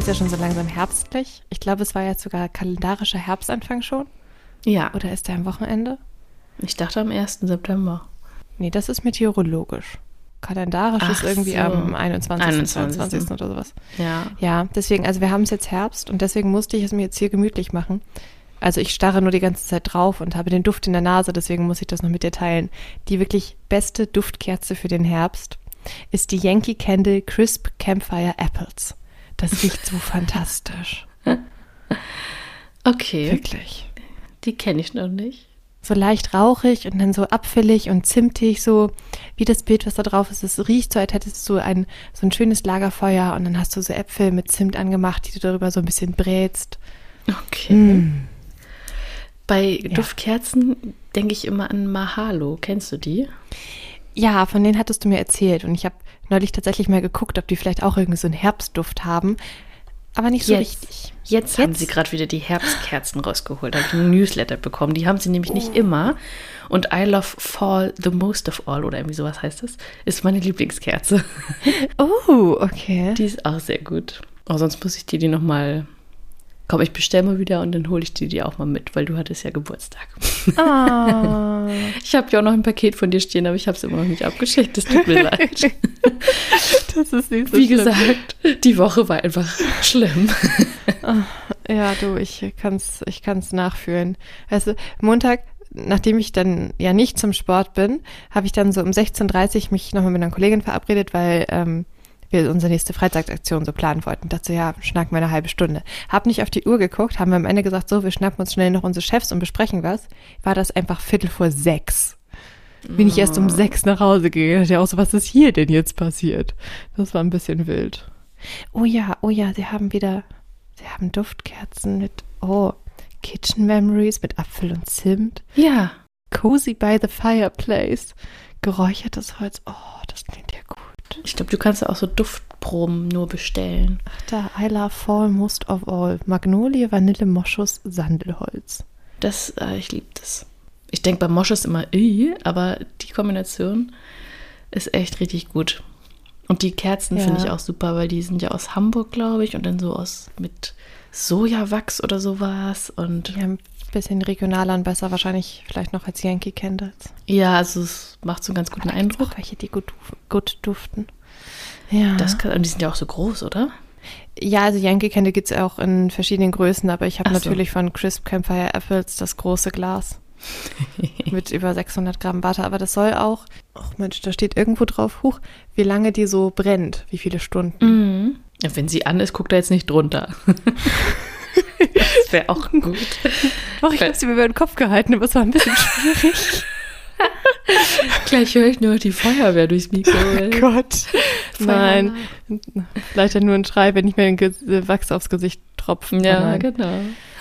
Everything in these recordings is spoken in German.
ist ja schon so langsam herbstlich. Ich glaube, es war jetzt sogar kalendarischer Herbstanfang schon. Ja. Oder ist der am Wochenende? Ich dachte am 1. September. Nee, das ist meteorologisch. Kalendarisch ist irgendwie am 21., 22. oder sowas. Ja. Ja, deswegen, also wir haben es jetzt Herbst und deswegen musste ich es mir jetzt hier gemütlich machen. Also ich starre nur die ganze Zeit drauf und habe den Duft in der Nase, deswegen muss ich das noch mit dir teilen. Die wirklich beste Duftkerze für den Herbst ist die Yankee Candle Crisp Campfire Apples. Das riecht so fantastisch. Okay. Wirklich. Die kenne ich noch nicht. So leicht rauchig und dann so apfelig und zimtig, so wie das Bild, was da drauf ist. Es riecht so, als hättest du so ein schönes Lagerfeuer und dann hast du so Äpfel mit Zimt angemacht, die du darüber so ein bisschen brätst. Okay. Bei Duftkerzen denke ich immer an Mahalo. Kennst du die? Ja, von denen hattest du mir erzählt und ich habe neulich tatsächlich mal geguckt, ob die vielleicht auch irgendwie so einen Herbstduft haben, aber nicht so richtig. Jetzt haben sie gerade wieder die Herbstkerzen rausgeholt. Da habe ich einen Newsletter bekommen. Die haben sie nämlich nicht immer. Und I Love Fall the Most of All oder irgendwie sowas heißt das, ist meine Lieblingskerze. Oh, okay. Die ist auch sehr gut. Aber sonst muss ich dir die nochmal... Komm, ich bestelle mal wieder und dann hole ich dir die auch mal mit, weil du hattest ja Geburtstag. Oh. Ich habe ja auch noch ein Paket von dir stehen, aber ich habe es immer noch nicht abgeschickt. Das tut mir leid. Das ist nicht so Wie schlimm. gesagt, die Woche war einfach schlimm. Ja, du, ich kann's nachfühlen. Weißt du, Montag, nachdem ich dann ja nicht zum Sport bin, habe ich dann so um 16:30 Uhr mich nochmal mit einer Kollegin verabredet, weil wir unsere nächste Freizeitaktion so planen wollten. Ich dachte so, ja, schnacken wir eine halbe Stunde. Hab nicht auf die Uhr geguckt, haben wir am Ende gesagt, so, wir schnappen uns schnell noch unsere Chefs und besprechen was. War das einfach 5:45. Bin ich erst um 6 nach Hause gegangen. Ja, auch so, was ist hier denn jetzt passiert? Das war ein bisschen wild. Oh ja, sie haben Duftkerzen mit, Kitchen Memories mit Apfel und Zimt. Ja. Cozy by the Fireplace. Geräuchertes Holz. Oh, das klingt ja gut. Ich glaube, du kannst auch so Duftproben nur bestellen. Ach da, I Love Fall Most of All. Magnolie, Vanille, Moschus, Sandelholz. Ich liebe das. Ich denke bei Moschus immer, aber die Kombination ist echt richtig gut. Und die Kerzen finde ich auch super, weil die sind ja aus Hamburg, glaube ich, und dann so mit Sojawachs oder sowas. Und ja, ein bisschen regionaler und besser wahrscheinlich vielleicht noch als Yankee Candles. Ja, also es macht so einen ganz guten Eindruck. Auch welche, die gut duften. Ja. Und die sind ja auch so groß, oder? Ja, also Yankee Candle gibt es auch in verschiedenen Größen, aber ich habe Ach so. natürlich von Crisp Campfire Apples das große Glas mit über 600 Gramm Butter. Aber das soll auch, ach Mensch, da steht irgendwo drauf, wie lange die so brennt, wie viele Stunden. Mhm. Ja, wenn sie an ist, guckt er jetzt nicht drunter. Das wäre auch gut. Ich habe sie mir über den Kopf gehalten, aber es war ein bisschen schwierig. Gleich höre ich nur die Feuerwehr durchs Mikro. Oh Gott. Nein. Leider nur ein Schrei, wenn ich mir den Wachs aufs Gesicht tropfe. Ja, genau.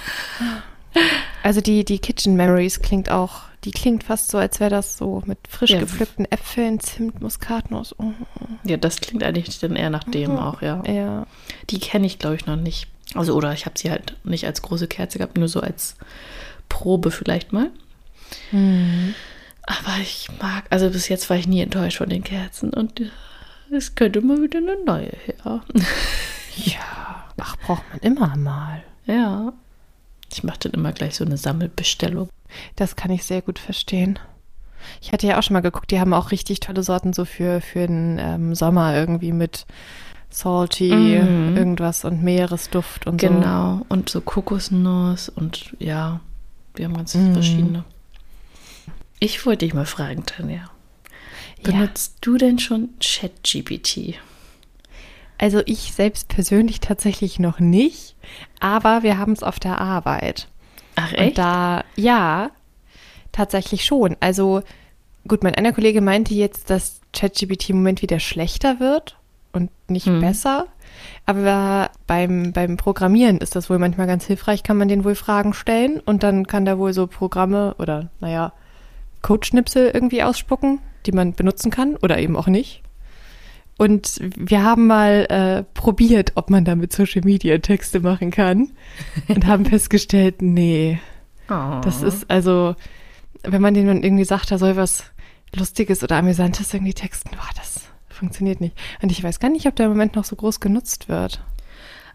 Also die Kitchen Memories klingt fast so, als wäre das so mit frisch gepflückten Äpfeln, Zimt, Muskatnuss. Oh. Ja, das klingt eigentlich dann eher nach dem auch, ja. Ja. Die kenne ich, glaube ich, noch nicht. Also, oder ich habe sie halt nicht als große Kerze gehabt, nur so als Probe vielleicht mal. Mhm. Aber also bis jetzt war ich nie enttäuscht von den Kerzen und es könnte mal wieder eine neue her. Ja, braucht man immer mal. Ja. Ich mache dann immer gleich so eine Sammelbestellung. Das kann ich sehr gut verstehen. Ich hatte ja auch schon mal geguckt, die haben auch richtig tolle Sorten so für den Sommer irgendwie mit Salty, irgendwas und Meeresduft und so. Genau, und so Kokosnuss und ja, wir haben ganz verschiedene. Ich wollte dich mal fragen, Tanja. Benutzt du denn schon ChatGPT? Also ich selbst persönlich tatsächlich noch nicht, aber wir haben es auf der Arbeit. Ach echt? Und ja, tatsächlich schon. Also gut, mein einer Kollege meinte jetzt, dass ChatGPT im Moment wieder schlechter wird und nicht besser. Aber beim Programmieren ist das wohl manchmal ganz hilfreich, kann man den wohl Fragen stellen und dann kann der wohl so Programme oder, Codeschnipsel irgendwie ausspucken, die man benutzen kann oder eben auch nicht. Und wir haben mal probiert, ob man damit Social Media Texte machen kann und haben festgestellt, nee. Oh. Das ist also, wenn man denen irgendwie sagt, da soll was Lustiges oder Amüsantes irgendwie texten, das funktioniert nicht. Und ich weiß gar nicht, ob der im Moment noch so groß genutzt wird.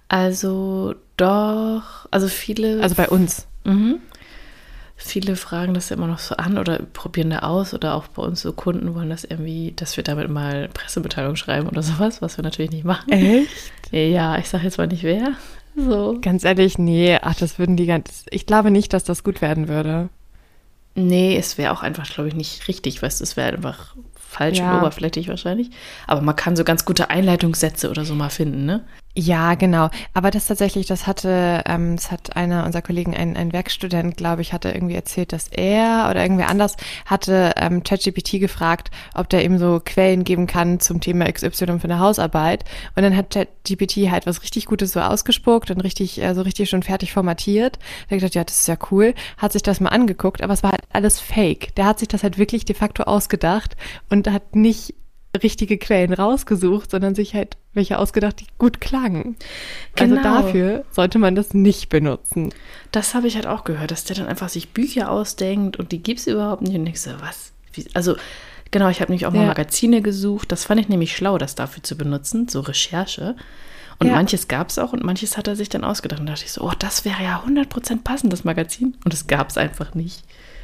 Also doch, also viele. Also bei uns. Viele fragen das ja immer noch so an oder probieren da aus oder auch bei uns so Kunden wollen das irgendwie, dass wir damit mal Pressemitteilung schreiben oder sowas, was wir natürlich nicht machen. Echt? Ja, ich sage jetzt mal nicht wer. So. Ganz ehrlich, nee, das würden die ich glaube nicht, dass das gut werden würde. Nee, es wäre auch einfach, glaube ich, nicht richtig, weißt du, es wäre einfach falsch und oberflächlich wahrscheinlich. Aber man kann so ganz gute Einleitungssätze oder so mal finden, ne? Ja, genau. Aber das tatsächlich, das hat einer unserer Kollegen, ein Werkstudent, glaube ich, hatte irgendwie erzählt, dass er oder irgendwer anders hatte ChatGPT gefragt, ob der ihm so Quellen geben kann zum Thema XY für eine Hausarbeit. Und dann hat ChatGPT halt was richtig Gutes so ausgespuckt und richtig schon fertig formatiert. Da hat gedacht, ja, das ist ja cool. Hat sich das mal angeguckt, aber es war halt alles fake. Der hat sich das halt wirklich de facto ausgedacht und hat nicht richtige Quellen rausgesucht, sondern sich halt welche ausgedacht, die gut klangen. Genau. Also dafür sollte man das nicht benutzen. Das habe ich halt auch gehört, dass der dann einfach sich Bücher ausdenkt und die gibt es überhaupt nicht. Und ich so, was? Also genau, ich habe nämlich auch mal Magazine gesucht. Das fand ich nämlich schlau, das dafür zu benutzen, so Recherche. Und manches gab es auch und manches hat er sich dann ausgedacht. Und da dachte ich so, oh, das wäre ja 100% passend, das Magazin. Und es gab es einfach nicht.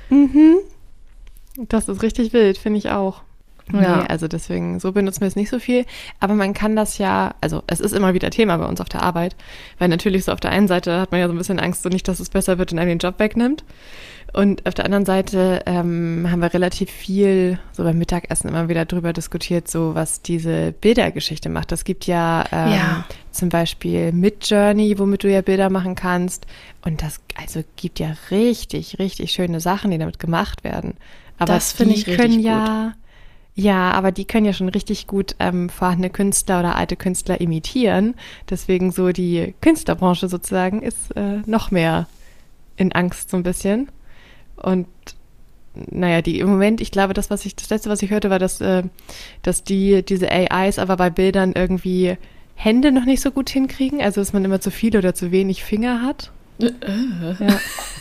Das ist richtig wild, finde ich auch. Ja. Nee, also deswegen, so benutzen wir es nicht so viel. Aber man kann das ja, also es ist immer wieder Thema bei uns auf der Arbeit, weil natürlich so auf der einen Seite hat man ja so ein bisschen Angst, so nicht, dass es besser wird und einem den Job wegnimmt. Und auf der anderen Seite haben wir relativ viel, so beim Mittagessen immer wieder drüber diskutiert, so was diese Bildergeschichte macht. Es gibt ja, zum Beispiel Midjourney, womit du ja Bilder machen kannst. Und das also gibt ja richtig, richtig schöne Sachen, die damit gemacht werden. Aber das finde ich richtig gut. Ja, aber die können ja schon richtig gut vorhandene Künstler oder alte Künstler imitieren. Deswegen so die Künstlerbranche sozusagen ist noch mehr in Angst so ein bisschen. Und naja, im Moment, ich glaube, das Letzte, was ich hörte, war, dass diese AIs aber bei Bildern irgendwie Hände noch nicht so gut hinkriegen. Also, dass man immer zu viel oder zu wenig Finger hat. Ja.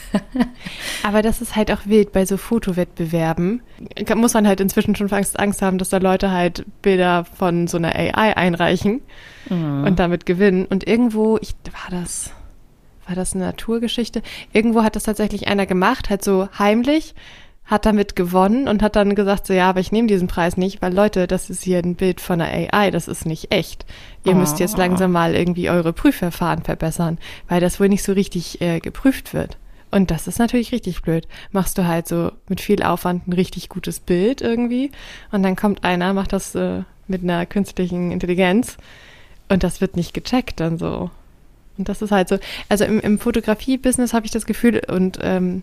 Aber das ist halt auch wild bei so Fotowettbewerben. Muss man halt inzwischen schon Angst haben, dass da Leute halt Bilder von so einer AI einreichen und damit gewinnen. Und irgendwo, war das eine Naturgeschichte? Irgendwo hat das tatsächlich einer gemacht, halt so heimlich, hat damit gewonnen und hat dann gesagt, so ja, aber ich nehme diesen Preis nicht, weil Leute, das ist hier ein Bild von einer AI, das ist nicht echt. Ihr müsst jetzt langsam mal irgendwie eure Prüfverfahren verbessern, weil das wohl nicht so richtig geprüft wird. Und das ist natürlich richtig blöd. Machst du halt so mit viel Aufwand ein richtig gutes Bild irgendwie und dann kommt einer, macht das mit einer künstlichen Intelligenz und das wird nicht gecheckt dann so. Und das ist halt so, also im Fotografie-Business habe ich das Gefühl und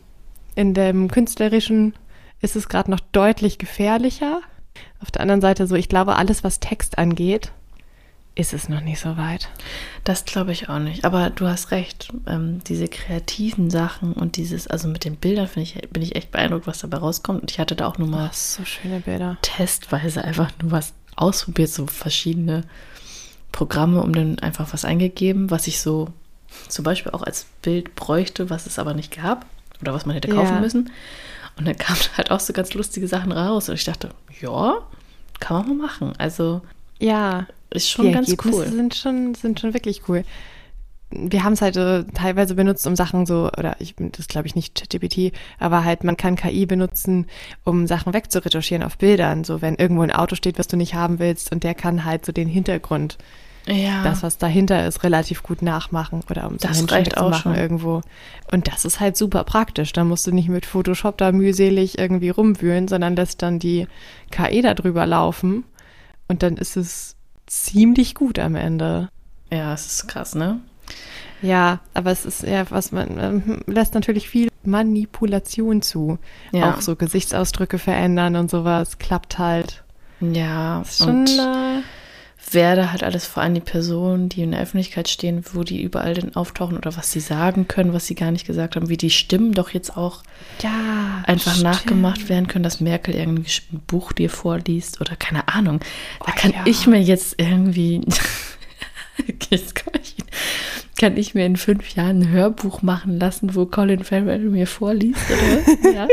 in dem Künstlerischen ist es gerade noch deutlich gefährlicher. Auf der anderen Seite so, ich glaube, alles, was Text angeht, ist es noch nicht so weit. Das glaube ich auch nicht. Aber du hast recht, diese kreativen Sachen und also mit den Bildern bin ich echt beeindruckt, was dabei rauskommt. Und ich hatte da auch nur mal so schöne Bilder. Testweise einfach nur was ausprobiert, so verschiedene Programme, um dann einfach was eingegeben, was ich so zum Beispiel auch als Bild bräuchte, was es aber nicht gab oder was man hätte kaufen müssen. Und dann kamen halt auch so ganz lustige Sachen raus und ich dachte, ja, kann man mal machen. Also ja, ist schon ganz cool. Die Ergebnisse sind schon wirklich cool. Wir haben es halt teilweise benutzt, um Sachen so, das glaube ich nicht ChatGPT, aber halt man kann KI benutzen, um Sachen wegzuretuschieren auf Bildern. So wenn irgendwo ein Auto steht, was du nicht haben willst und der kann halt so den Hintergrund, das, was dahinter ist, relativ gut nachmachen oder um es Menschen zu machen irgendwo. Und das ist halt super praktisch. Da musst du nicht mit Photoshop da mühselig irgendwie rumwühlen, sondern lässt dann die KI da drüber laufen und dann ist es ziemlich gut am Ende. Ja, es ist krass, ne? Ja, aber es ist ja, was man lässt natürlich viel Manipulation zu. Ja. Auch so Gesichtsausdrücke verändern und sowas klappt halt. Ja, und wer da halt alles, vor allem die Personen, die in der Öffentlichkeit stehen, wo die überall denn auftauchen oder was sie sagen können, was sie gar nicht gesagt haben, wie die Stimmen doch jetzt auch einfach nachgemacht werden können, dass Merkel irgendein Buch dir vorliest oder keine Ahnung. Da kann ich mir jetzt irgendwie kann ich mir in 5 Jahren ein Hörbuch machen lassen, wo Colin Farrell mir vorliest, oder? Ja.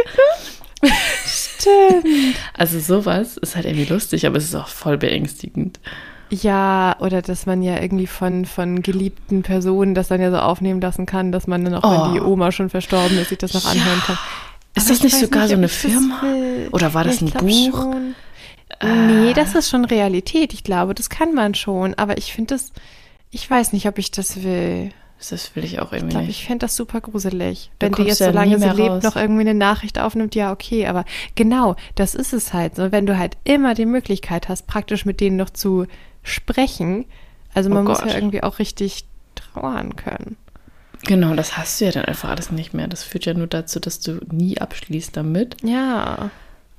Stimmt. Also sowas ist halt irgendwie lustig, aber es ist auch voll beängstigend. Ja, oder dass man ja irgendwie von geliebten Personen das dann ja so aufnehmen lassen kann, dass man dann auch, wenn die Oma schon verstorben ist, sich das noch anhören kann. Ist das nicht sogar so eine Firma? Oder war das ein Buch? Schon. Nee, das ist schon Realität. Ich glaube, das kann man schon. Aber ich finde das, ich weiß nicht, ob ich das will. Das will ich auch irgendwie nicht. Ich fände das super gruselig. Da Wenn die jetzt, ja solange sie lebt, raus. noch irgendwie eine Nachricht aufnimmt, ja, okay. Aber genau, das ist es halt. So, wenn du halt immer die Möglichkeit hast, praktisch mit denen noch zu sprechen. Also man muss ja irgendwie auch richtig trauern können. Genau, das hast du ja dann einfach alles nicht mehr. Das führt ja nur dazu, dass du nie abschließt damit. Ja.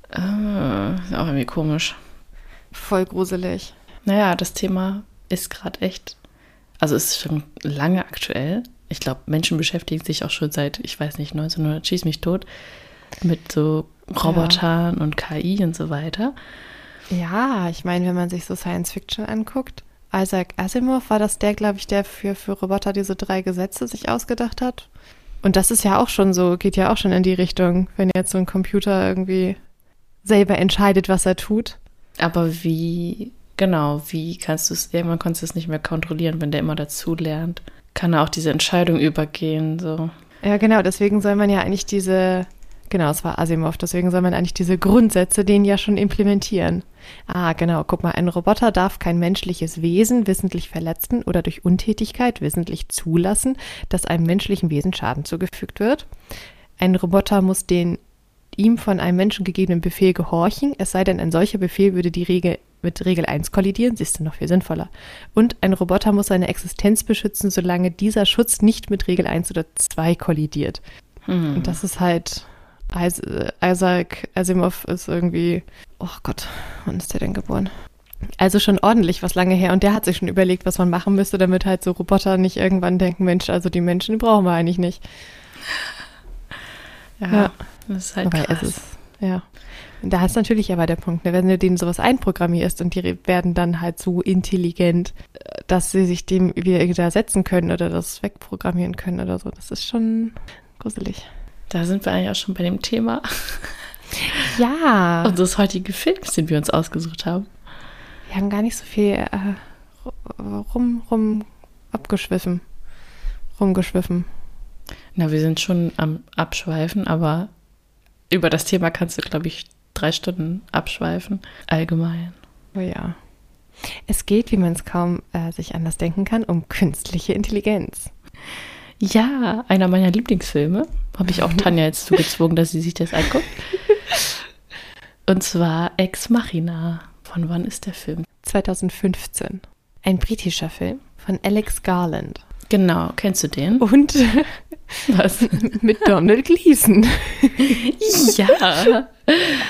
Ist auch irgendwie komisch. Voll gruselig. Naja, das Thema ist gerade echt, also ist schon lange aktuell. Ich glaube, Menschen beschäftigen sich auch schon seit, ich weiß nicht, 1900, schieß mich tot, mit so Robotern und KI und so weiter. Ja, ich meine, wenn man sich so Science Fiction anguckt, Isaac Asimov war das der, glaube ich, der für Roboter diese 3 Gesetze sich ausgedacht hat. Und das ist ja auch schon so, geht ja auch schon in die Richtung, wenn jetzt so ein Computer irgendwie selber entscheidet, was er tut. Aber wie kannst du es, irgendwann kannst du es nicht mehr kontrollieren, wenn der immer dazu lernt. Kann er auch diese Entscheidung übergehen, so. Ja, genau, deswegen soll man ja eigentlich es war Asimov, deswegen soll man eigentlich diese Grundsätze den ja schon implementieren. Ah, genau, guck mal, ein Roboter darf kein menschliches Wesen wissentlich verletzen oder durch Untätigkeit wissentlich zulassen, dass einem menschlichen Wesen Schaden zugefügt wird. Ein Roboter muss den ihm von einem Menschen gegebenen Befehl gehorchen, es sei denn, ein solcher Befehl würde die Regel mit Regel 1 kollidieren, siehst du, noch viel sinnvoller. Und ein Roboter muss seine Existenz beschützen, solange dieser Schutz nicht mit Regel 1 oder 2 kollidiert. Und das ist halt, Isaac Asimov ist irgendwie, oh Gott, wann ist der denn geboren? Also schon ordentlich was lange her und der hat sich schon überlegt, was man machen müsste, damit halt so Roboter nicht irgendwann denken, Mensch, also die Menschen, die brauchen wir eigentlich nicht. Ja. Das ist halt krass. Ja. Und da ist natürlich aber der Punkt, ne, wenn du denen sowas einprogrammierst und die werden dann halt so intelligent, dass sie sich dem wieder widersetzen können oder das wegprogrammieren können oder so. Das ist schon gruselig. Da sind wir eigentlich auch schon bei dem Thema. Ja. Unseres heutigen Films, den wir uns ausgesucht haben. Wir haben gar nicht so viel rumgeschwiffen. Na, wir sind schon am Abschweifen, aber über das Thema kannst du, glaube ich, 3 Stunden abschweifen. Allgemein. Oh ja. Es geht, wie man es kaum sich anders denken kann, um künstliche Intelligenz. Ja, einer meiner Lieblingsfilme. Habe ich auch Tanja jetzt zugezwungen, dass sie sich das anguckt. Und zwar Ex Machina. Von wann ist der Film? 2015. Ein britischer Film von Alex Garland. Genau, kennst du den? Und Was? mit Donald Gleason. Ja.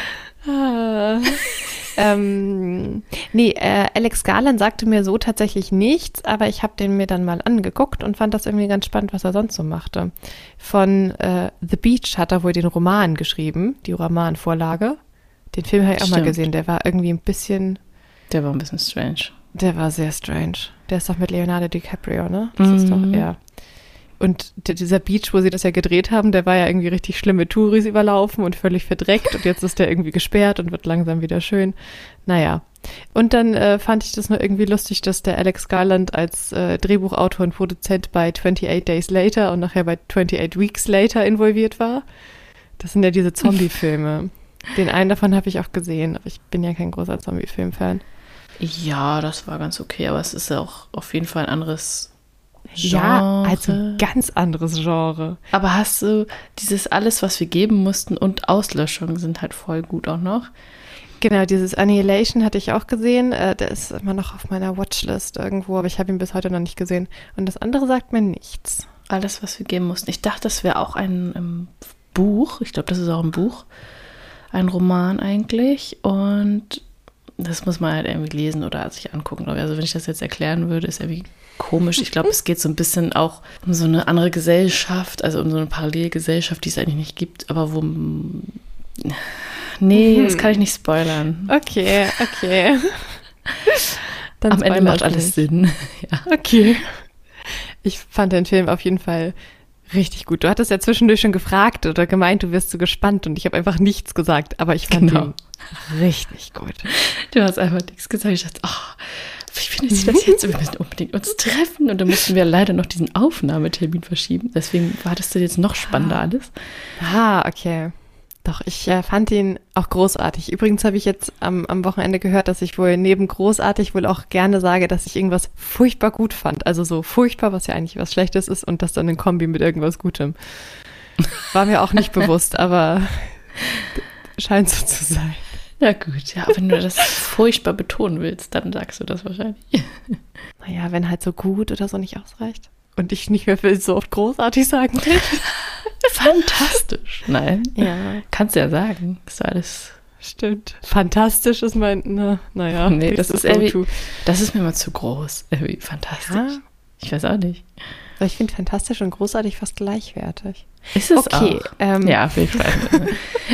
Alex Garland sagte mir so tatsächlich nichts, aber ich habe den mir dann mal angeguckt und fand das irgendwie ganz spannend, was er sonst so machte. Von The Beach hat er wohl den Roman geschrieben, die Romanvorlage. Den Film habe ich auch mal gesehen, der war irgendwie ein bisschen... Der war ein bisschen strange. Der war sehr strange. Der ist doch mit Leonardo DiCaprio, ne? Das ist doch, ja. Und dieser Beach, wo sie das ja gedreht haben, der war ja irgendwie richtig schlimm mit Touris überlaufen und völlig verdreckt. Und jetzt ist der irgendwie gesperrt und wird langsam wieder schön. Naja. Und dann fand ich das nur irgendwie lustig, dass der Alex Garland als Drehbuchautor und Produzent bei 28 Days Later und nachher bei 28 Weeks Later involviert war. Das sind ja diese Zombie-Filme. Den einen davon habe ich auch gesehen, aber ich bin ja kein großer Zombie-Film-Fan. Ja, das war ganz okay, aber es ist ja auch auf jeden Fall ein anderes Genre. Ja, also ein ganz anderes Genre. Aber hast du dieses alles, was wir geben mussten und Auslöschung sind halt voll gut auch noch. Genau, dieses Annihilation hatte ich auch gesehen. Der ist immer noch auf meiner Watchlist irgendwo, aber ich habe ihn bis heute noch nicht gesehen. Und das andere sagt mir nichts. Alles, was wir geben mussten. Ich dachte, das wäre auch ein Buch. Ich glaube, das ist auch ein Buch. Ein Roman eigentlich. Und das muss man halt irgendwie lesen oder sich angucken. Also wenn ich das jetzt erklären würde, ist irgendwie komisch. Ich glaube, es geht so ein bisschen auch um so eine andere Gesellschaft, also um so eine Parallelgesellschaft, die es eigentlich nicht gibt, aber wo... Nee, das kann ich nicht spoilern. Okay. Dann am Ende macht alles Sinn. Ja. Okay. Ich fand den Film auf jeden Fall richtig gut. Du hattest ja zwischendurch schon gefragt oder gemeint, du wirst so gespannt und ich habe einfach nichts gesagt, aber ich fand ihn richtig gut. Du hast einfach nichts gesagt. Ich dachte, findet sie das jetzt? Wir müssen unbedingt uns treffen. Und dann mussten wir leider noch diesen Aufnahmetermin verschieben. Deswegen war das jetzt noch spannender alles. Okay. Doch, ich fand ihn auch großartig. Übrigens habe ich jetzt am Wochenende gehört, dass ich wohl neben großartig wohl auch gerne sage, dass ich irgendwas furchtbar gut fand. Also so furchtbar, was ja eigentlich was Schlechtes ist und das dann in Kombi mit irgendwas Gutem. War mir auch nicht bewusst, aber scheint so zu sein. Ja gut, ja, wenn du das furchtbar betonen willst, dann sagst du das wahrscheinlich. Naja, wenn halt so gut oder so nicht ausreicht. Und ich nicht mehr so oft großartig sagen will. Fantastisch. Nein. Ja. Kannst du ja sagen. Ist alles. Stimmt. Fantastisch ist naja. Nee, das ist irgendwie, das ist mir mal zu groß. Irgendwie fantastisch. Ja. Ich weiß auch nicht. Ich finde fantastisch und großartig fast gleichwertig. Ist es okay, auch? Ja, auf jeden Fall.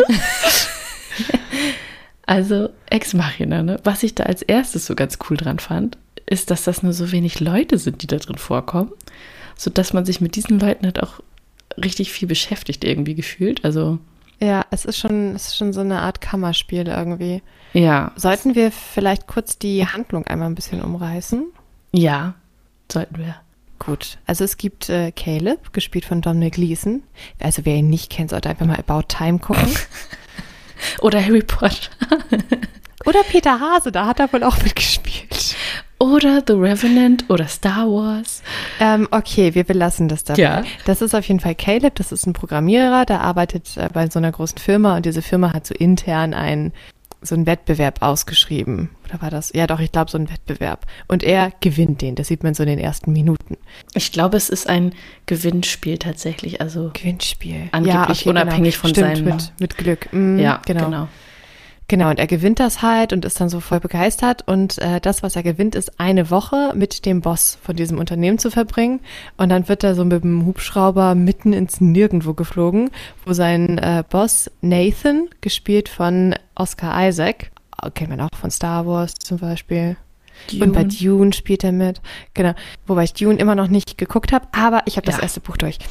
Also Ex Machina, ne? Was ich da als erstes so ganz cool dran fand, ist, dass das nur so wenig Leute sind, die da drin vorkommen, sodass man sich mit diesen Leuten halt auch richtig viel beschäftigt irgendwie gefühlt. Also ja, es ist schon so eine Art Kammerspiel irgendwie. Ja. Sollten wir vielleicht kurz die Handlung einmal ein bisschen umreißen? Ja, sollten wir. Gut, also es gibt Caleb, gespielt von Domhnall Gleeson. Also wer ihn nicht kennt, sollte einfach mal About Time gucken. Oder Harry Potter. Oder Peter Hase, da hat er wohl auch mitgespielt. Oder The Revenant oder Star Wars. Okay, wir belassen das dabei. Ja. Das ist auf jeden Fall Caleb, das ist ein Programmierer, der arbeitet bei so einer großen Firma und diese Firma hat so intern so einen Wettbewerb ausgeschrieben. Oder war das? Ja doch, ich glaube so einen Wettbewerb. Und er gewinnt den, das sieht man so in den ersten Minuten. Ich glaube, es ist ein Gewinnspiel tatsächlich, also Gewinnspiel. Angeblich ja, okay, unabhängig von Stimmt, seinem... mit Glück. Ja, genau. Genau, und er gewinnt das halt und ist dann so voll begeistert. Und das, was er gewinnt, ist eine Woche mit dem Boss von diesem Unternehmen zu verbringen. Und dann wird er so mit dem Hubschrauber mitten ins Nirgendwo geflogen, wo sein Boss Nathan, gespielt von Oscar Isaac, kennt man auch von Star Wars zum Beispiel. Dune. Und bei Dune spielt er mit. Genau, wobei ich Dune immer noch nicht geguckt habe, aber ich habe das erste Buch durch.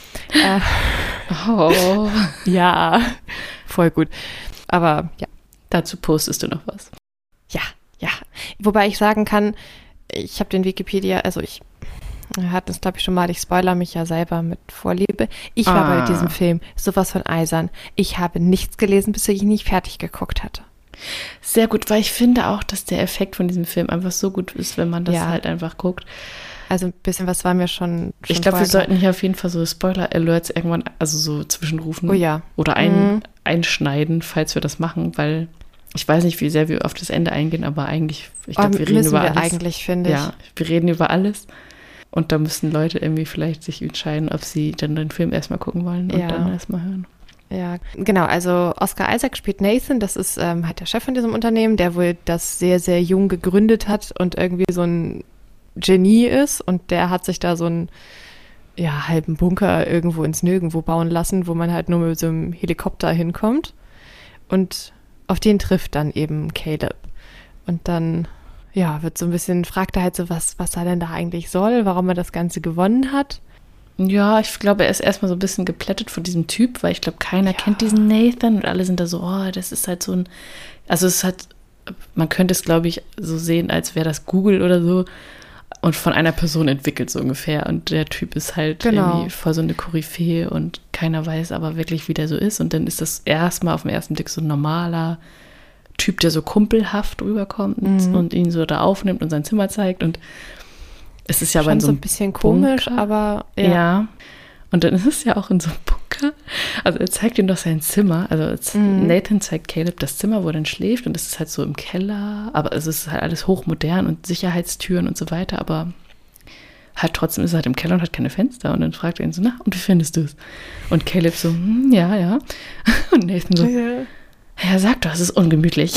Oh. Ja, voll gut. Aber ja. Dazu postest du noch was. Ja. Wobei ich sagen kann, ich habe den Wikipedia, also ich hatte es glaube ich schon mal, ich spoilere mich ja selber mit Vorliebe. Ich war bei diesem Film sowas von eisern. Ich habe nichts gelesen, bis ich ihn nicht fertig geguckt hatte. Sehr gut, weil ich finde auch, dass der Effekt von diesem Film einfach so gut ist, wenn man das halt einfach guckt. Also ein bisschen was war mir schon ich glaube, wir sollten hier auf jeden Fall so Spoiler-Alerts irgendwann, also so zwischenrufen. Oh ja. Oder einschneiden, falls wir das machen, weil ich weiß nicht, wie sehr wir auf das Ende eingehen, aber eigentlich, ich glaube, wir reden über alles. Eigentlich, finde ich. Ja, wir reden über alles. Und da müssen Leute irgendwie vielleicht sich entscheiden, ob sie dann den Film erstmal gucken wollen und dann erstmal hören. Ja, genau. Also Oscar Isaac spielt Nathan. Das ist halt der Chef von diesem Unternehmen, der wohl das sehr, sehr jung gegründet hat und irgendwie so ein Genie ist. Und der hat sich da so einen halben Bunker irgendwo ins Nirgendwo bauen lassen, wo man halt nur mit so einem Helikopter hinkommt. Und auf den trifft dann eben Caleb. Und dann, wird so ein bisschen, fragt er halt so, was er denn da eigentlich soll, warum er das Ganze gewonnen hat. Ja, ich glaube, er ist erstmal so ein bisschen geplättet von diesem Typ, weil ich glaube, keiner kennt diesen Nathan und alle sind da so, das ist halt so ein, also es hat, man könnte es, glaube ich, so sehen, als wäre das Google oder so und von einer Person entwickelt so ungefähr und der Typ ist halt irgendwie voll so eine Koryphäe und keiner weiß aber wirklich, wie der so ist und dann ist das erstmal auf den ersten Blick so ein normaler Typ, der so kumpelhaft rüberkommt und ihn so da aufnimmt und sein Zimmer zeigt und es ist ja schon bei so ein bisschen komisch, Bunker. Aber ja. Und dann ist es ja auch in so einem Bunker. Also er zeigt ihm doch sein Zimmer. Also Nathan zeigt Caleb das Zimmer, wo er dann schläft. Und es ist halt so im Keller. Aber es ist halt alles hochmodern und Sicherheitstüren und so weiter. Aber halt trotzdem ist er halt im Keller und hat keine Fenster. Und dann fragt er ihn so, na, und wie findest du es? Und Caleb so, ja. Und Nathan so, ja, sag doch, es ist ungemütlich.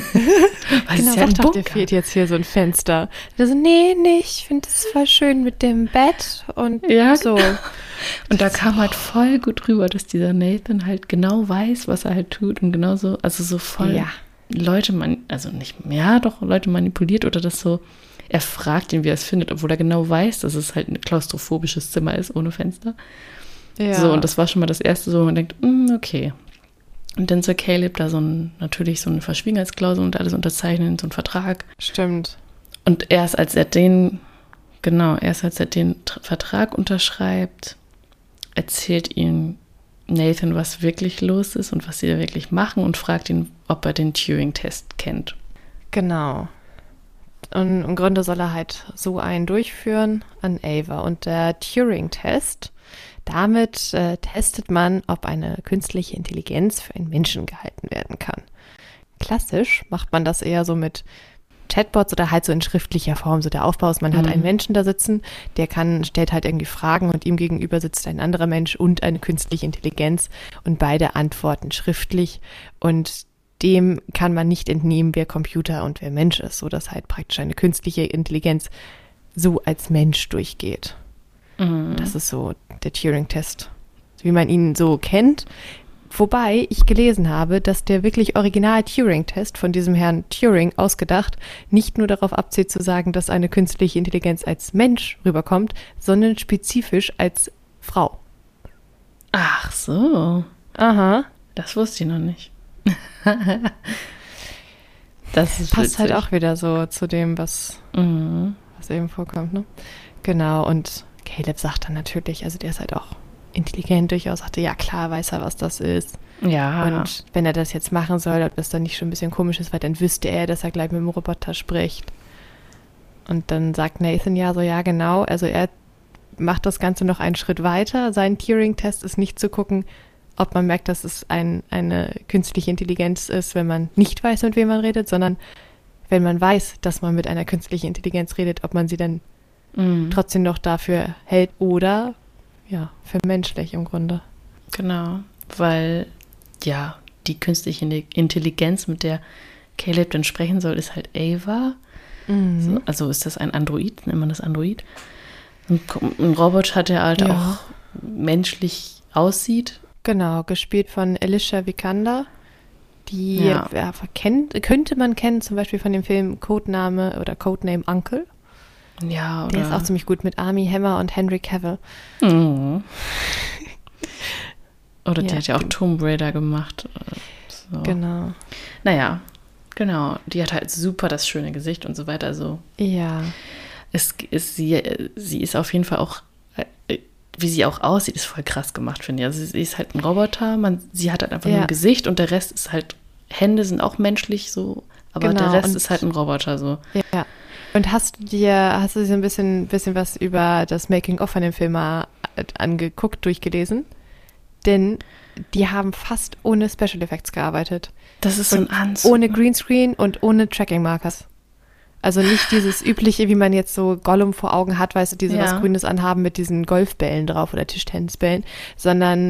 Weil genau, sag doch, dir fehlt jetzt hier so ein Fenster. Der so, nee, ich finde es voll schön mit dem Bett und so. Und da kam halt voll gut rüber, dass dieser Nathan halt genau weiß, was er halt tut und genauso, also so voll Leute Leute manipuliert oder das so, er fragt ihn, wie er es findet, obwohl er genau weiß, dass es halt ein klaustrophobisches Zimmer ist, ohne Fenster. Ja. So, und das war schon mal das erste so, wo man denkt, okay. Und dann soll Caleb da natürlich so eine Verschwiegenheitsklausel und alles unterzeichnen, so einen Vertrag. Stimmt. Und erst als er den Vertrag unterschreibt, erzählt ihm Nathan, was wirklich los ist und was sie da wirklich machen und fragt ihn, ob er den Turing-Test kennt. Genau. Und im Grunde soll er halt so einen durchführen an Ava. Und der Turing-Test, damit testet man, ob eine künstliche Intelligenz für einen Menschen gehalten werden kann. Klassisch macht man das eher so mit Chatbots oder halt so in schriftlicher Form. So der Aufbau ist, man hat einen Menschen da sitzen, stellt halt irgendwie Fragen und ihm gegenüber sitzt ein anderer Mensch und eine künstliche Intelligenz und beide antworten schriftlich und dem kann man nicht entnehmen, wer Computer und wer Mensch ist, so dass halt praktisch eine künstliche Intelligenz so als Mensch durchgeht. Das ist so der Turing-Test, wie man ihn so kennt. Wobei ich gelesen habe, dass der wirklich original Turing-Test von diesem Herrn Turing ausgedacht nicht nur darauf abzielt zu sagen, dass eine künstliche Intelligenz als Mensch rüberkommt, sondern spezifisch als Frau. Ach so. Aha. Das wusste ich noch nicht. Das ist passt witzig. halt auch wieder so zu dem, was eben vorkommt, ne? Genau, und Caleb sagt dann natürlich, also der ist halt auch intelligent durchaus, sagte, ja klar, weiß er, was das ist. Ja. Und wenn er das jetzt machen soll, ob das dann nicht schon ein bisschen komisch ist, weil dann wüsste er, dass er gleich mit dem Roboter spricht. Und dann sagt Nathan ja so, ja genau, also er macht das Ganze noch einen Schritt weiter. Sein Turing-Test ist nicht zu gucken, ob man merkt, dass es eine künstliche Intelligenz ist, wenn man nicht weiß, mit wem man redet, sondern wenn man weiß, dass man mit einer künstlichen Intelligenz redet, ob man sie dann trotzdem noch dafür hält oder ja, für menschlich im Grunde. Genau, weil ja, die künstliche Intelligenz, mit der Caleb dann sprechen soll, ist halt Ava. So, also ist das ein Android, nennt man das Android? Ein Roboter, der halt auch menschlich aussieht. Genau, gespielt von Alicia Vikander. Die könnte man kennen, zum Beispiel von dem Film Codename Uncle. Ja, oder? Der ist auch ziemlich gut mit Armie Hammer und Henry Cavill. Oder die hat ja auch Tomb Raider gemacht. So. Genau. Naja, genau. Die hat halt super das schöne Gesicht und so weiter. Also ja. Sie ist auf jeden Fall auch, wie sie auch aussieht, ist voll krass gemacht, finde ich. Also sie ist halt ein Roboter, sie hat halt einfach nur ein Gesicht und der Rest ist halt, Hände sind auch menschlich so, aber der Rest ist halt ein Roboter so. Ja. Und hast du dir so ein bisschen was über das Making-of von dem Film mal angeguckt, durchgelesen? Denn die haben fast ohne Special Effects gearbeitet. Das ist so ein Anzug. Ohne Greenscreen und ohne Tracking Markers. Also nicht dieses übliche, wie man jetzt so Gollum vor Augen hat, weißt du, diese was Grünes anhaben mit diesen Golfbällen drauf oder Tischtennisbällen, sondern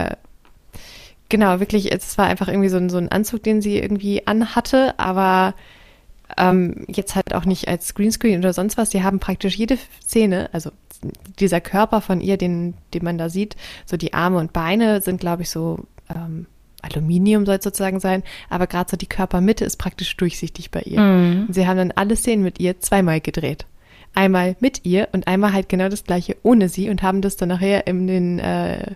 genau, wirklich, es war einfach irgendwie so ein Anzug, den sie irgendwie anhatte, aber jetzt halt auch nicht als Greenscreen oder sonst was. Die haben praktisch jede Szene, also dieser Körper von ihr, den man da sieht, so die Arme und Beine sind, glaube ich, so Aluminium soll es sozusagen sein, aber gerade so die Körpermitte ist praktisch durchsichtig bei ihr. Und sie haben dann alle Szenen mit ihr zweimal gedreht. Einmal mit ihr und einmal halt genau das gleiche ohne sie und haben das dann nachher in der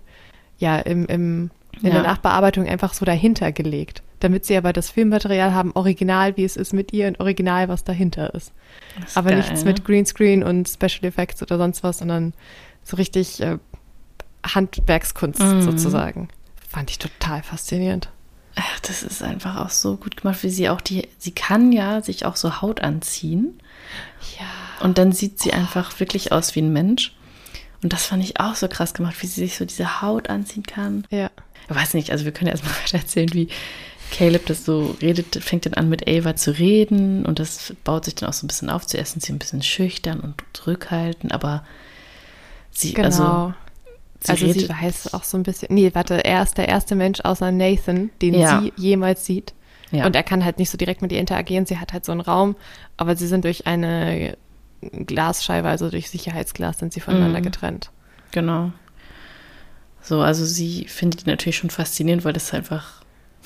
Nachbearbeitung einfach so dahinter gelegt. Damit sie aber das Filmmaterial haben, original, wie es ist mit ihr und original, was dahinter ist. Aber geil, nichts mit Greenscreen und Special Effects oder sonst was, sondern so richtig Handwerkskunst sozusagen. Fand ich total faszinierend. Ach, das ist einfach auch so gut gemacht, wie sie auch sie kann ja sich auch so Haut anziehen. Ja. Und dann sieht sie einfach wirklich aus wie ein Mensch. Und das fand ich auch so krass gemacht, wie sie sich so diese Haut anziehen kann. Ja. Ich weiß nicht, also wir können ja erstmal weiter erzählen, wie Caleb das so redet, fängt dann an mit Ava zu reden und das baut sich dann auch so ein bisschen auf. Zuerst sind sie ein bisschen schüchtern und zurückhaltend, aber sie, genau. Sie weiß auch so ein bisschen, er ist der erste Mensch außer Nathan, den sie jemals sieht. Ja. Und er kann halt nicht so direkt mit ihr interagieren, sie hat halt so einen Raum, aber sie sind durch eine Glasscheibe, also durch Sicherheitsglas sind sie voneinander getrennt. Genau. So, also sie findet ihn natürlich schon faszinierend, weil das einfach,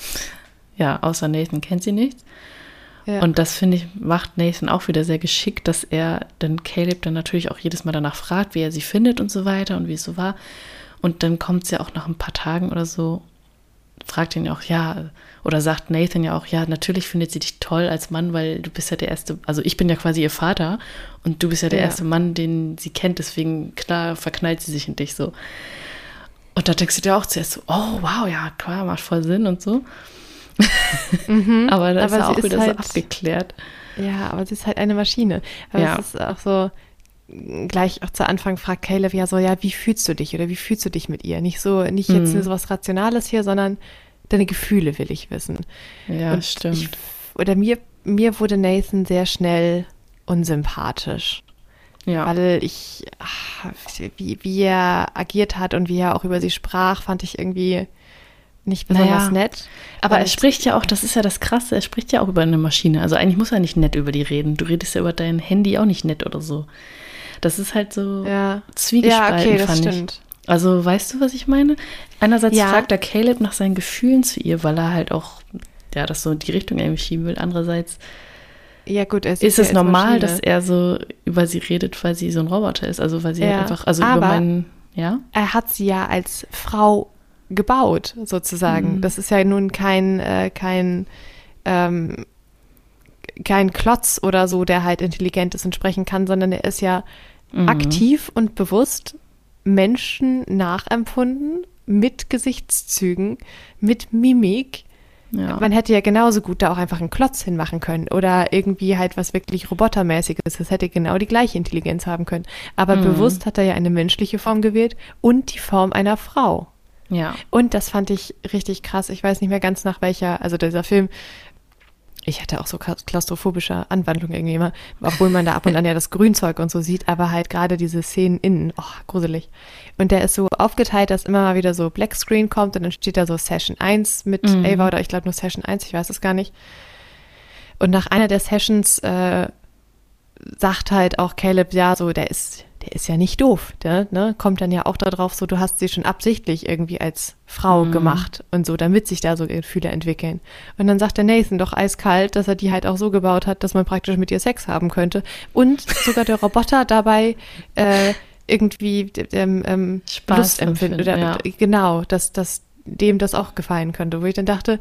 außer Nathan kennt sie nichts. Ja. Und das, finde ich, macht Nathan auch wieder sehr geschickt, dass er dann Caleb dann natürlich auch jedes Mal danach fragt, wie er sie findet und so weiter und wie es so war. Und dann kommt sie auch nach ein paar Tagen oder so, fragt ihn ja auch, ja, oder sagt Nathan ja auch, ja, natürlich findet sie dich toll als Mann, weil du bist ja der erste, also ich bin ja quasi ihr Vater und du bist ja der erste Mann, den sie kennt, deswegen, klar, verknallt sie sich in dich so. Und da denkst du dir auch zuerst so, oh, wow, ja, klar, macht voll Sinn und so. Aber das ist auch wieder halt so abgeklärt. Ja, aber sie ist halt eine Maschine. Aber es ist auch so, gleich auch zu Anfang fragt Caleb ja so, ja, wie fühlst du dich oder wie fühlst du dich mit ihr? Nicht jetzt so was Rationales hier, sondern deine Gefühle will ich wissen. Ja, und stimmt. Mir wurde Nathan sehr schnell unsympathisch. Ja. Weil wie er agiert hat und wie er auch über sie sprach, fand ich irgendwie nicht besonders nett. Aber er spricht ja auch, das ist ja das Krasse, er spricht ja auch über eine Maschine. Also eigentlich muss er nicht nett über die reden. Du redest ja über dein Handy auch nicht nett oder so. Das ist halt so zwiegespalten, fand ich. Also weißt du, was ich meine? Einerseits fragt er Caleb nach seinen Gefühlen zu ihr, weil er halt auch das so in die Richtung irgendwie schieben will. Andererseits ist es normal, dass er so über sie redet, weil sie so ein Roboter ist. Also weil sie halt einfach, er hat sie ja als Frau gebaut, sozusagen. Das ist ja nun kein Klotz oder so, der halt intelligent ist und sprechen kann, sondern er ist ja aktiv und bewusst Menschen nachempfunden, mit Gesichtszügen, mit Mimik. Ja. Man hätte ja genauso gut da auch einfach einen Klotz hinmachen können oder irgendwie halt was wirklich Robotermäßiges. Das hätte genau die gleiche Intelligenz haben können. Aber bewusst hat er ja eine menschliche Form gewählt und die Form einer Frau. Ja. Und das fand ich richtig krass. Ich weiß nicht mehr ganz nach welcher, also dieser Film, ich hatte auch so klaustrophobische Anwandlungen irgendwie immer, obwohl man da ab und an ja das Grünzeug und so sieht, aber halt gerade diese Szenen innen, gruselig. Und der ist so aufgeteilt, dass immer mal wieder so Blackscreen kommt und dann steht da so Session 1 mit Ava oder ich glaube nur Session 1, ich weiß es gar nicht. Und nach einer der Sessions sagt halt auch Caleb, ja, so, der ist ja nicht doof, ne? Kommt dann ja auch darauf, so, du hast sie schon absichtlich irgendwie als Frau gemacht und so, damit sich da so Gefühle entwickeln. Und dann sagt der Nathan doch eiskalt, dass er die halt auch so gebaut hat, dass man praktisch mit ihr Sex haben könnte. Und sogar der Roboter dabei irgendwie Spaß Lust empfindet. Oder, genau, dass dem das auch gefallen könnte. Wo ich dann dachte,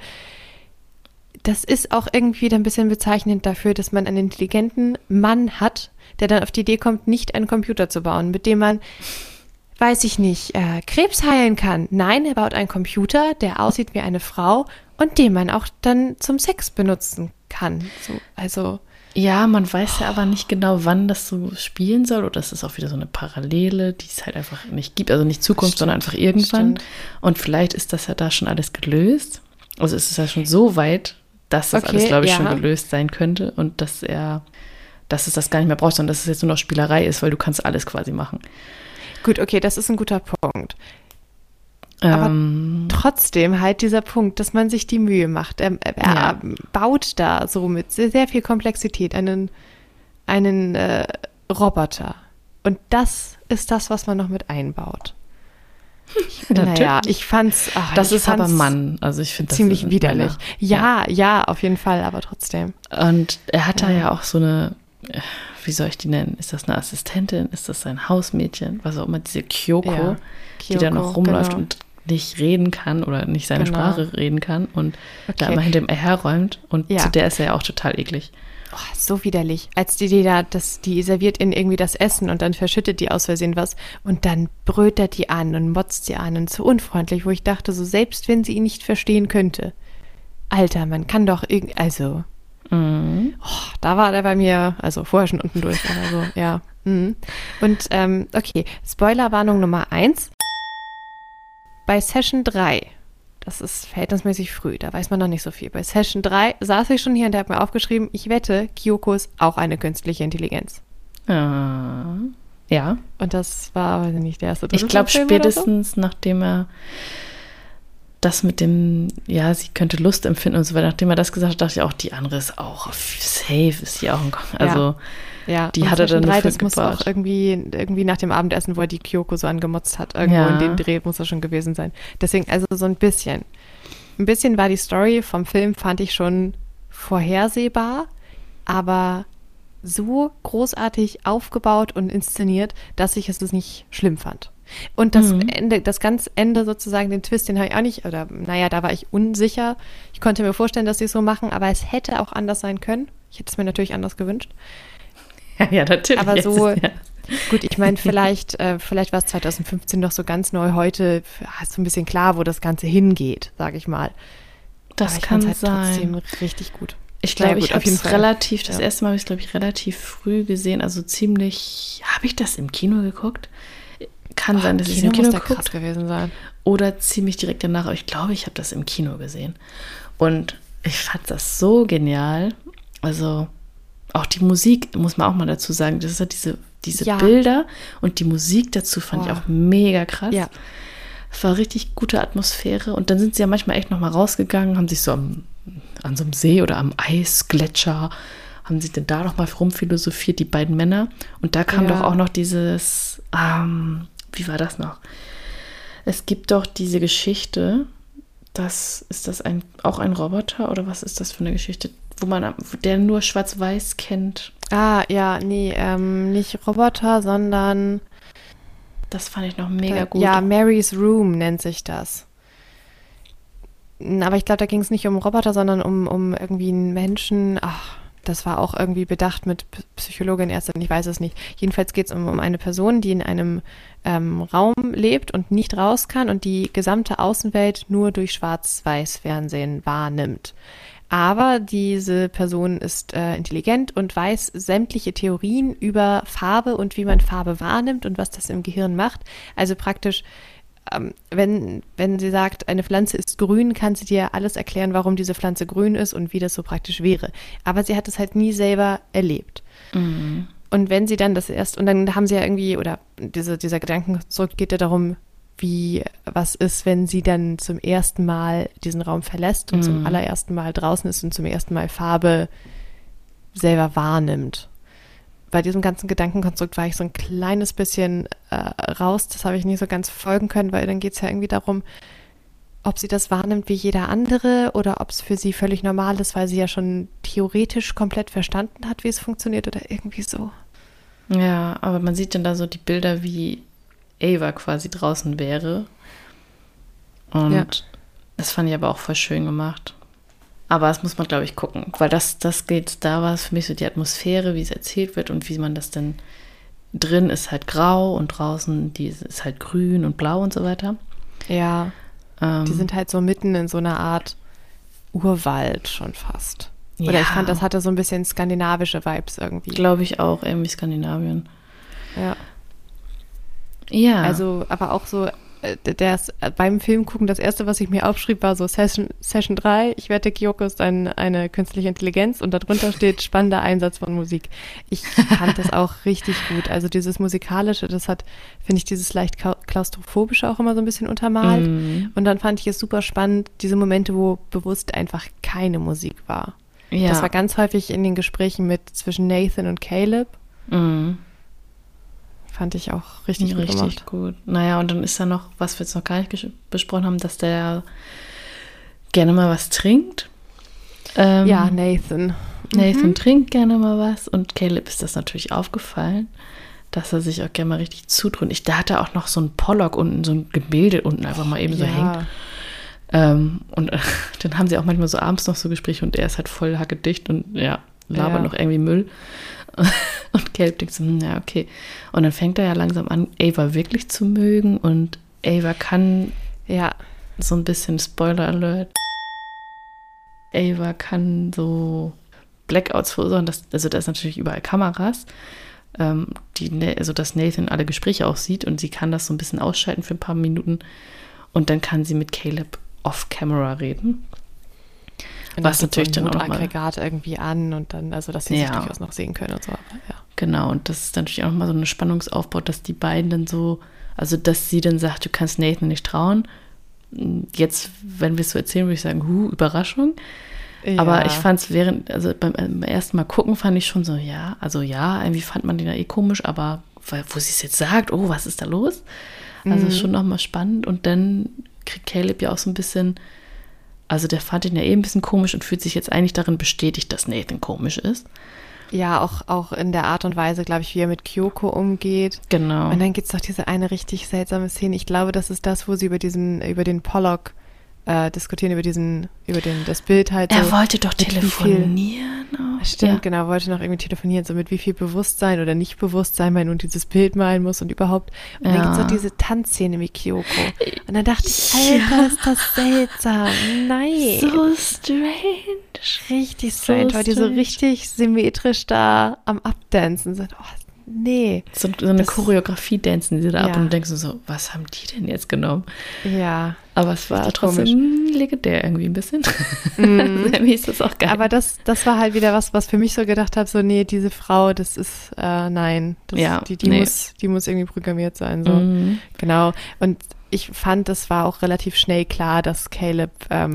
das ist auch irgendwie dann ein bisschen bezeichnend dafür, dass man einen intelligenten Mann hat, der dann auf die Idee kommt, nicht einen Computer zu bauen, mit dem man, weiß ich nicht, Krebs heilen kann. Nein, er baut einen Computer, der aussieht wie eine Frau und den man auch dann zum Sex benutzen kann. So, also ja, man weiß ja aber nicht genau, wann das so spielen soll. Oder das ist auch wieder so eine Parallele, die es halt einfach nicht gibt. Also nicht Zukunft, sondern einfach irgendwann. Und vielleicht ist das ja da schon alles gelöst. Also es ist ja schon so weit, dass das alles, glaube ich, schon gelöst sein könnte. Und dass es das gar nicht mehr braucht, sondern dass es jetzt nur noch Spielerei ist, weil du kannst alles quasi machen. Gut, okay, das ist ein guter Punkt. Aber trotzdem halt dieser Punkt, dass man sich die Mühe macht. Er baut da so mit sehr, sehr viel Komplexität einen Roboter. Und das ist das, was man noch mit einbaut. Ich fand's... das ist aber Mann. Also ich finde das ziemlich widerlich. Ja, auf jeden Fall, aber trotzdem. Und er hat da ja auch so eine... Wie soll ich die nennen? Ist das eine Assistentin? Ist das ein Hausmädchen? Was auch immer, diese Kyoko, die da noch rumläuft und nicht reden kann oder nicht seine Sprache reden kann und da immer hinter ihm herräumt. Und zu der ist er ja auch total eklig. So widerlich. Als die serviert ihnen irgendwie das Essen und dann verschüttet die aus Versehen was und dann brötert die an und motzt sie an und so unfreundlich, wo ich dachte, so selbst wenn sie ihn nicht verstehen könnte. Alter, man kann doch irgendwie, also... da war der bei mir, also vorher schon unten durch, aber so, ja. Und, okay, Spoilerwarnung Nummer 1. Bei Session 3, das ist verhältnismäßig früh, da weiß man noch nicht so viel. Bei Session 3 saß ich schon hier und der hat mir aufgeschrieben, ich wette, Kyoko ist auch eine künstliche Intelligenz. Ja. Und das war, weiß ich nicht, der erste Ich glaube, spätestens nachdem er das mit dem, sie könnte Lust empfinden und so weiter, nachdem er das gesagt hat, dachte ich auch, die andere ist auch safe, ist die auch ein also die hat er dann dafür das muss auch irgendwie nach dem Abendessen, wo er die Kyoko so angemotzt hat, irgendwo in dem Dreh muss das schon gewesen sein. Deswegen, also so ein bisschen war die Story vom Film, fand ich schon vorhersehbar, aber so großartig aufgebaut und inszeniert, dass ich es nicht schlimm fand. Und das Ende, das ganz Ende sozusagen, den Twist, den habe ich auch nicht, oder naja, da war ich unsicher. Ich konnte mir vorstellen, dass sie es so machen, aber es hätte auch anders sein können. Ich hätte es mir natürlich anders gewünscht. Ja, natürlich. Aber so, ja. gut, ich meine, vielleicht war es 2015 noch so ganz neu. Heute ist so ein bisschen klar, wo das Ganze hingeht, sage ich mal. Das aber ich kann halt sein. Trotzdem richtig gut. Ich glaube, ich habe es relativ, Ja. das erste Mal habe ich es, glaube ich, relativ früh gesehen, also ziemlich, habe ich das im Kino geguckt? Kann sein, dass ich es im Kino muss geguckt krass gewesen sein. oder ziemlich direkt danach, aber ich glaube, ich habe das im Kino gesehen. Und ich fand das so genial. Also auch die Musik, muss man auch mal dazu sagen, das ist halt diese Ja. Bilder und die Musik dazu fand ich auch mega krass. Ja. Es war richtig gute Atmosphäre und dann sind sie ja manchmal echt nochmal rausgegangen, haben sich so an so einem See oder am Eisgletscher, haben sie denn da nochmal rumphilosophiert, die beiden Männer. Und da kam doch auch noch dieses, wie war das noch? Es gibt doch diese Geschichte, ist das auch ein Roboter oder was ist das für eine Geschichte, der nur Schwarz-Weiß kennt? Ah, ja, nee, nicht Roboter, sondern Das fand ich noch mega gut. Ja, Mary's Room nennt sich das. Aber ich glaube, da ging es nicht um Roboter, sondern um irgendwie einen Menschen. Ach, das war auch irgendwie bedacht mit Psychologin erst, ich weiß es nicht. Jedenfalls geht es um eine Person, die in einem Raum lebt und nicht raus kann und die gesamte Außenwelt nur durch Schwarz-Weiß-Fernsehen wahrnimmt. Aber diese Person ist intelligent und weiß sämtliche Theorien über Farbe und wie man Farbe wahrnimmt und was das im Gehirn macht. Also praktisch, wenn sie sagt, eine Pflanze ist grün, kann sie dir alles erklären, warum diese Pflanze grün ist und wie das so praktisch wäre. Aber sie hat es halt nie selber erlebt. Mhm. Und wenn sie dann und dann haben sie ja irgendwie, oder dieser Gedankenkonstrukt geht ja darum, was ist, wenn sie dann zum ersten Mal diesen Raum verlässt und zum allerersten Mal draußen ist und zum ersten Mal Farbe selber wahrnimmt. Bei diesem ganzen Gedankenkonstrukt war ich so ein kleines bisschen raus, das habe ich nicht so ganz folgen können, weil dann geht es ja irgendwie darum, ob sie das wahrnimmt wie jeder andere oder ob es für sie völlig normal ist, weil sie ja schon theoretisch komplett verstanden hat, wie es funktioniert oder irgendwie so. Ja, aber man sieht dann da so die Bilder, wie Ava quasi draußen wäre. Und das fand ich aber auch voll schön gemacht. Aber das muss man, glaube ich, gucken, weil da war es für mich so die Atmosphäre, wie es erzählt wird und wie man das denn drin ist halt grau und draußen ist halt grün und blau und so weiter. Ja, die sind halt so mitten in so einer Art Urwald schon fast. Oder Ja. ich fand, das hatte so ein bisschen skandinavische Vibes irgendwie. Glaube ich auch, irgendwie Skandinavien. Ja. Ja. Also, aber auch so, beim Film gucken, das erste, was ich mir aufschrieb, war so Session 3, ich wette, Kyoko ist eine künstliche Intelligenz und darunter steht spannender Einsatz von Musik. Ich fand das auch richtig gut. Also dieses Musikalische, finde ich, dieses leicht klaustrophobische auch immer so ein bisschen untermalt. Und dann fand ich es super spannend, diese Momente, wo bewusst einfach keine Musik war. Ja. Das war ganz häufig in den Gesprächen zwischen Nathan und Caleb. Fand ich auch richtig gut gemacht. Gut. Naja, und dann ist da noch, was wir jetzt noch gar nicht besprochen haben, dass der gerne mal was trinkt. Ja, Nathan. Nathan trinkt gerne mal was und Caleb ist das natürlich aufgefallen, dass er sich auch gerne mal richtig zudrückt. Da hat er auch noch so ein Pollock unten, so ein Gebilde unten einfach mal eben so hängt. Und dann haben sie auch manchmal so abends noch so Gespräche und er ist halt voll hackedicht und labert noch irgendwie Müll. Und Caleb denkt so, ja, okay. Und dann fängt er ja langsam an, Ava wirklich zu mögen und Ava kann so ein bisschen Spoiler Alert. Ava kann so Blackouts verursachen, da ist natürlich überall Kameras, dass Nathan alle Gespräche auch sieht und sie kann das so ein bisschen ausschalten für ein paar Minuten und dann kann sie mit Caleb off-camera reden. Und was natürlich so ein dann auch nochmal Aggregat irgendwie an und dann, also dass sie sich durchaus noch sehen können und so. Genau, und das ist natürlich auch nochmal so eine Spannungsaufbau, dass die beiden dann so, also dass sie dann sagt, du kannst Nathan nicht trauen. Jetzt, wenn wir es so erzählen, würde ich sagen, Überraschung. Ja. Aber ich fand es beim ersten Mal gucken, fand ich schon so, irgendwie fand man den ja komisch, aber wo sie es jetzt sagt, was ist da los? Also ist schon nochmal spannend und dann kriegt Caleb ja auch so ein bisschen, also der fand ihn ja ein bisschen komisch und fühlt sich jetzt eigentlich darin bestätigt, dass Nathan komisch ist. Ja, auch in der Art und Weise, glaube ich, wie er mit Kyoko umgeht. Genau. Und dann gibt's doch diese eine richtig seltsame Szene. Ich glaube, das ist das, wo sie über den Pollock diskutieren, das Bild halt. Er so wollte doch mit wie viel- telefonieren. Auch. Stimmt, Ja. genau, wollte noch irgendwie telefonieren, so mit wie viel Bewusstsein oder nicht Bewusstsein man nun dieses Bild malen muss und überhaupt. Und dann gibt's Ja. auch diese Tanzszene mit Kyoko. Und dann dachte ich, Alter, ist das seltsam. Nein. So strange. Richtig strange, weil die so strange. richtig symmetrisch da am Abdancen sind. Oh, nee. So eine Das- Choreografie dancen sie da ab Ja. und du denkst so, was haben die denn jetzt genommen? Ja. Aber es war Richtig trotzdem legendär irgendwie ein bisschen. Mhm. Irgendwie ist das auch geil. Aber das war halt wieder was für mich so gedacht habe, so, nee, diese Frau, das ist, nein. Das, Ja, die nee. muss irgendwie programmiert sein, so. Mhm. Genau. Und ich fand, das war auch relativ schnell klar, dass Caleb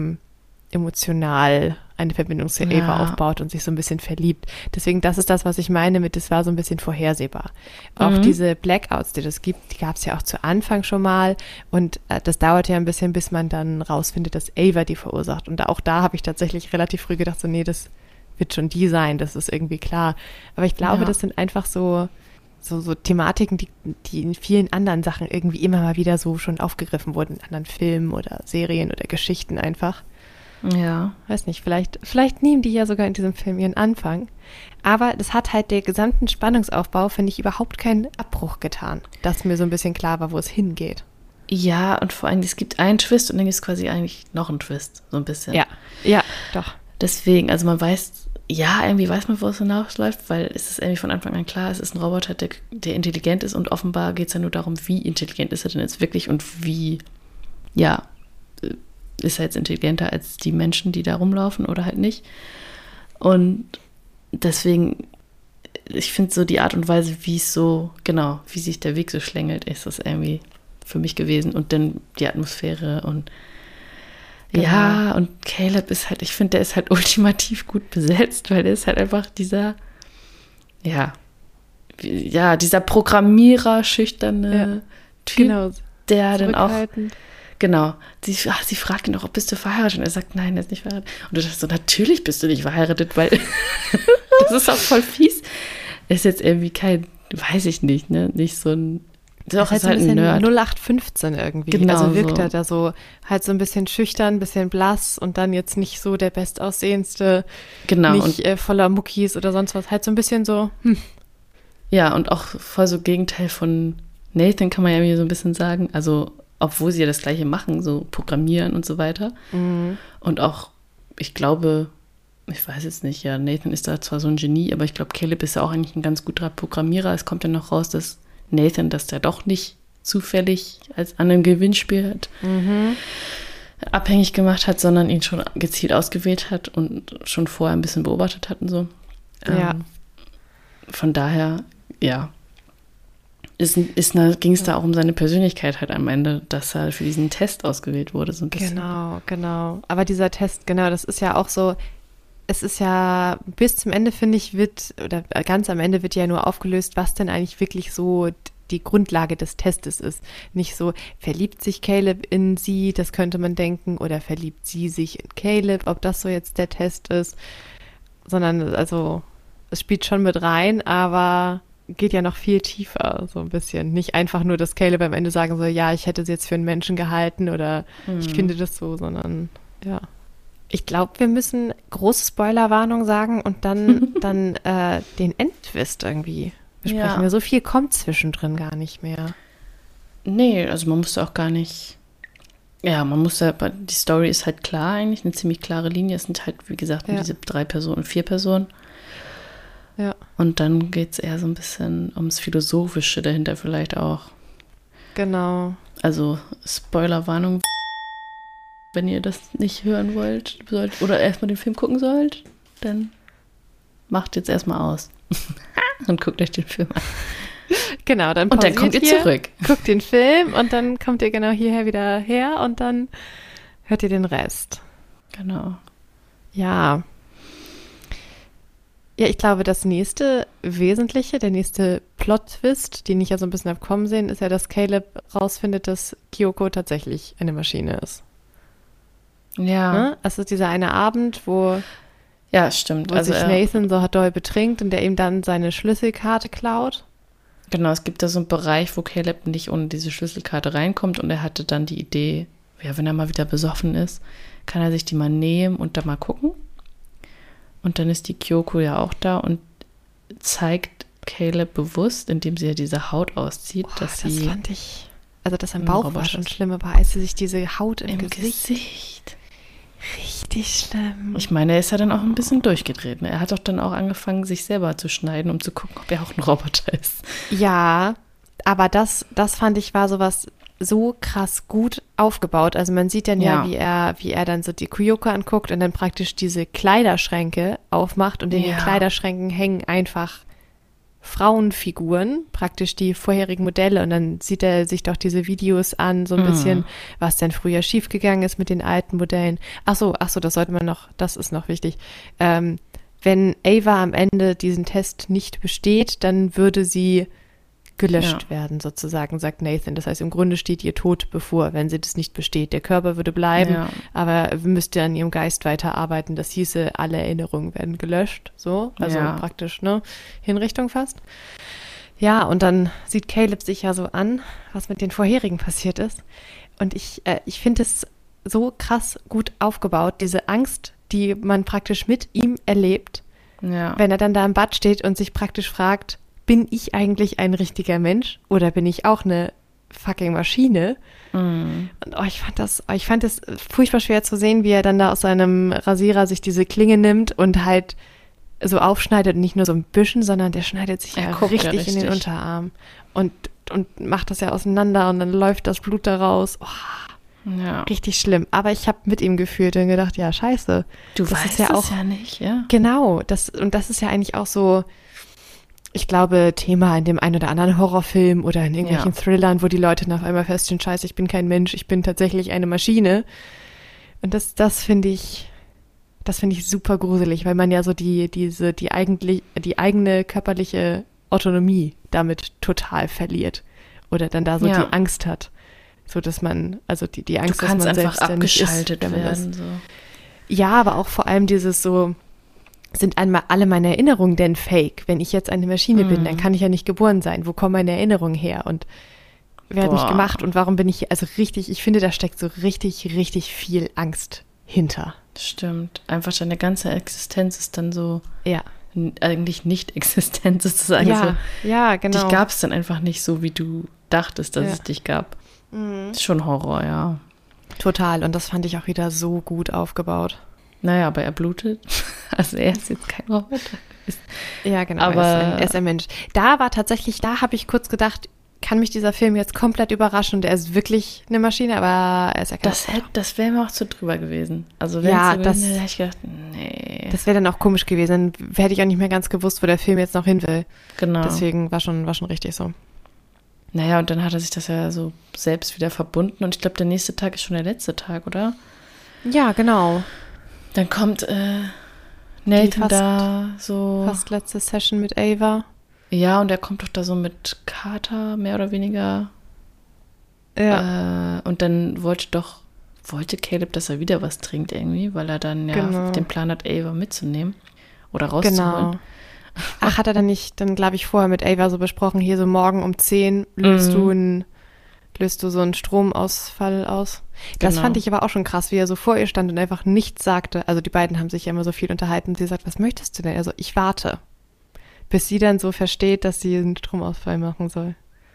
emotional eine Verbindung zu Ava Ja. aufbaut und sich so ein bisschen verliebt. Deswegen, das ist das, was ich meine mit, das war so ein bisschen vorhersehbar. Auch diese Blackouts, die das gibt, die gab es ja auch zu Anfang schon mal und das dauert ja ein bisschen, bis man dann rausfindet, dass Ava die verursacht. Und auch da habe ich tatsächlich relativ früh gedacht, so nee, das wird schon die sein, das ist irgendwie klar. Aber ich glaube, Ja. das sind einfach so Thematiken, die in vielen anderen Sachen irgendwie immer mal wieder so schon aufgegriffen wurden, in anderen Filmen oder Serien oder Geschichten einfach. Ja. Weiß nicht, vielleicht nehmen die ja sogar in diesem Film ihren Anfang. Aber das hat halt der gesamten Spannungsaufbau, finde ich, überhaupt keinen Abbruch getan, dass mir so ein bisschen klar war, wo es hingeht. Ja, und vor allem, es gibt einen Twist und dann gibt es quasi eigentlich noch einen Twist, so ein bisschen. Ja, doch. Deswegen, also man weiß, ja, irgendwie weiß man, wo es hinausläuft, weil es ist irgendwie von Anfang an klar, es ist ein Roboter, der intelligent ist und offenbar geht es ja nur darum, wie intelligent ist er denn jetzt wirklich und wie, ja, ist er jetzt intelligenter als die Menschen, die da rumlaufen oder halt nicht. Und deswegen, ich finde so die Art und Weise, wie es so, genau, wie sich der Weg so schlängelt, ist das irgendwie für mich gewesen. Und dann die Atmosphäre und Genau. ja, und Caleb ist halt, ich finde, der ist halt ultimativ gut besetzt, weil der ist halt einfach dieser, dieser Programmierer, schüchterne Typ, Genau. der dann auch, Zurückhaltend. genau, sie fragt ihn auch, ob bist du verheiratet? Und er sagt, nein, er ist nicht verheiratet. Und du dachtest so, natürlich bist du nicht verheiratet, weil das ist auch voll fies. Er ist jetzt irgendwie kein, weiß ich nicht, ne, nicht so ein, doch, ist ist halt ein bisschen Nerd. 0815 irgendwie. Genau also wirkt so. er da so halt so ein bisschen schüchtern, ein bisschen blass und dann jetzt nicht so der bestaussehendste, Genau. nicht voller Muckis oder sonst was. Halt so ein bisschen so, Ja, und auch voll so Gegenteil von Nathan, kann man ja irgendwie so ein bisschen sagen. Also, obwohl sie ja das Gleiche machen, so programmieren und so weiter. Und auch, ich glaube, ich weiß jetzt nicht, ja, Nathan ist da zwar so ein Genie, aber ich glaube, Caleb ist ja auch eigentlich ein ganz guter Programmierer. Es kommt ja noch raus, dass Nathan das ja doch nicht zufällig als an einem Gewinnspiel abhängig gemacht hat, sondern ihn schon gezielt ausgewählt hat und schon vorher ein bisschen beobachtet hat und so. Ja. Von daher, ja, ging es da auch um seine Persönlichkeit halt am Ende, dass er für diesen Test ausgewählt wurde, so ein bisschen. Genau. Aber dieser Test, genau, das ist ja auch so, es ist ja bis zum Ende, finde ich, oder ganz am Ende wird ja nur aufgelöst, was denn eigentlich wirklich so die Grundlage des Testes ist. Nicht so, verliebt sich Caleb in sie, das könnte man denken, oder verliebt sie sich in Caleb, ob das so jetzt der Test ist, sondern also es spielt schon mit rein, aber geht ja noch viel tiefer, so ein bisschen. Nicht einfach nur, dass Caleb am Ende sagen soll, ja, ich hätte sie jetzt für einen Menschen gehalten oder ich finde das so, sondern ja. Ich glaube, wir müssen große Spoilerwarnung sagen und dann den Endtwist irgendwie besprechen. Ja. So viel kommt zwischendrin gar nicht mehr. Nee, also man musste auch gar nicht, ja, die Story ist halt klar eigentlich, eine ziemlich klare Linie. Es sind halt, wie gesagt, nur diese 4 Personen. Ja. Und dann geht es eher so ein bisschen ums Philosophische dahinter vielleicht auch. Genau. Also Spoilerwarnung, wenn ihr das nicht hören wollt oder erstmal den Film gucken sollt, dann macht jetzt erstmal aus und guckt euch den Film an. Genau, dann Und dann kommt ihr zurück. Guckt den Film und dann kommt ihr genau hierher wieder her und dann hört ihr den Rest. Genau. Ja. Ja, ich glaube, das nächste Wesentliche, der nächste Plot-Twist, den ich ja so ein bisschen habe kommen sehen, ist ja, dass Caleb rausfindet, dass Kyoko tatsächlich eine Maschine ist. Ja. Ne? Es ist dieser eine Abend, wo Ja, stimmt. Wo sich Nathan so doll betrinkt und der ihm dann seine Schlüsselkarte klaut. Genau, es gibt da so einen Bereich, wo Caleb nicht ohne diese Schlüsselkarte reinkommt und er hatte dann die Idee, ja, wenn er mal wieder besoffen ist, kann er sich die mal nehmen und da mal gucken. Und dann ist die Kyoko ja auch da und zeigt Caleb bewusst, indem sie ja diese Haut auszieht, dass das sie... fand ich, also das am Bauch war schon schlimm, aber als sie sich diese Haut im Gesicht. Richtig schlimm. Ich meine, er ist ja dann auch ein bisschen durchgedreht. Ne? Er hat doch dann auch angefangen, sich selber zu schneiden, um zu gucken, ob er auch ein Roboter ist. Ja, aber das fand ich war sowas so krass gut aufgebaut. Also man sieht dann wie er dann so die Kyoko anguckt und dann praktisch diese Kleiderschränke aufmacht und in den Kleiderschränken hängen einfach Frauenfiguren, praktisch die vorherigen Modelle und dann sieht er sich doch diese Videos an, so ein bisschen, was denn früher schiefgegangen ist mit den alten Modellen. Ach so, das sollte man noch, das ist noch wichtig. Wenn Ava am Ende diesen Test nicht besteht, dann würde sie gelöscht werden, sozusagen, sagt Nathan. Das heißt, im Grunde steht ihr Tod bevor, wenn sie das nicht besteht. Der Körper würde bleiben, aber müsste an ihrem Geist weiterarbeiten. Das hieße, alle Erinnerungen werden gelöscht, so, also praktisch, ne, Hinrichtung fast. Ja, und dann sieht Caleb sich ja so an, was mit den vorherigen passiert ist. Und ich finde es so krass gut aufgebaut, diese Angst, die man praktisch mit ihm erlebt, wenn er dann da im Bad steht und sich praktisch fragt, bin ich eigentlich ein richtiger Mensch oder bin ich auch eine fucking Maschine? Und ich fand das furchtbar schwer zu sehen, wie er dann da aus seinem Rasierer sich diese Klinge nimmt und halt so aufschneidet und nicht nur so ein bisschen, sondern der schneidet sich ja richtig in den Unterarm und macht das ja auseinander und dann läuft das Blut da raus. Richtig schlimm. Aber ich habe mit ihm gefühlt und gedacht, ja, scheiße. Du weißt es ja nicht, ja. Genau. Das ist ja eigentlich auch so, ich glaube, Thema in dem einen oder anderen Horrorfilm oder in irgendwelchen Thrillern, wo die Leute dann auf einmal feststellen, scheiße, ich bin kein Mensch, ich bin tatsächlich eine Maschine. Und das finde ich super gruselig, weil man ja so die eigene körperliche Autonomie damit total verliert. Oder dann da so die Angst hat. So dass man, also die Angst, dass man selbst abgeschaltet werden. So. Ja, aber auch vor allem dieses so, sind einmal alle meine Erinnerungen denn fake? Wenn ich jetzt eine Maschine bin, dann kann ich ja nicht geboren sein. Wo kommen meine Erinnerungen her? Und wer hat mich gemacht? Und warum bin ich hier? Also richtig, ich finde, da steckt so richtig, richtig viel Angst hinter. Stimmt. Einfach deine ganze Existenz ist dann so eigentlich nicht existent sozusagen. Ja, so, ja, genau. Dich gab es dann einfach nicht so, wie du dachtest, dass es dich gab. Das ist schon Horror, ja. Total. Und das fand ich auch wieder so gut aufgebaut. Naja, aber er blutet. Also er ist jetzt kein Roboter. Ja, genau. Aber er ist ein Mensch. Da habe ich kurz gedacht, kann mich dieser Film jetzt komplett überraschen und er ist wirklich eine Maschine, aber er ist ja kein Roboter. Das wäre mir auch zu drüber gewesen. Also wenn es so gewesen hätte, hätte ich gedacht, nee. Das wäre dann auch komisch gewesen. Dann hätte ich auch nicht mehr ganz gewusst, wo der Film jetzt noch hin will. Genau. Deswegen war schon richtig so. Naja, und dann hat er sich das ja so selbst wieder verbunden und ich glaube, der nächste Tag ist schon der letzte Tag, oder? Ja, genau. Dann kommt Nathan da so. Fast letzte Session mit Ava. Ja, und er kommt doch da so mit Carter, mehr oder weniger. Ja. Und dann wollte Caleb, dass er wieder was trinkt irgendwie, weil er dann den Plan hat, Ava mitzunehmen oder rauszuholen. Genau. Ach, hat er dann nicht, dann glaube ich vorher mit Ava so besprochen, hier so morgen um 10 löst du so einen Stromausfall aus. Das fand ich aber auch schon krass, wie er so vor ihr stand und einfach nichts sagte. Also die beiden haben sich ja immer so viel unterhalten. Sie sagt, was möchtest du denn? Also ich warte, bis sie dann so versteht, dass sie einen Stromausfall machen soll.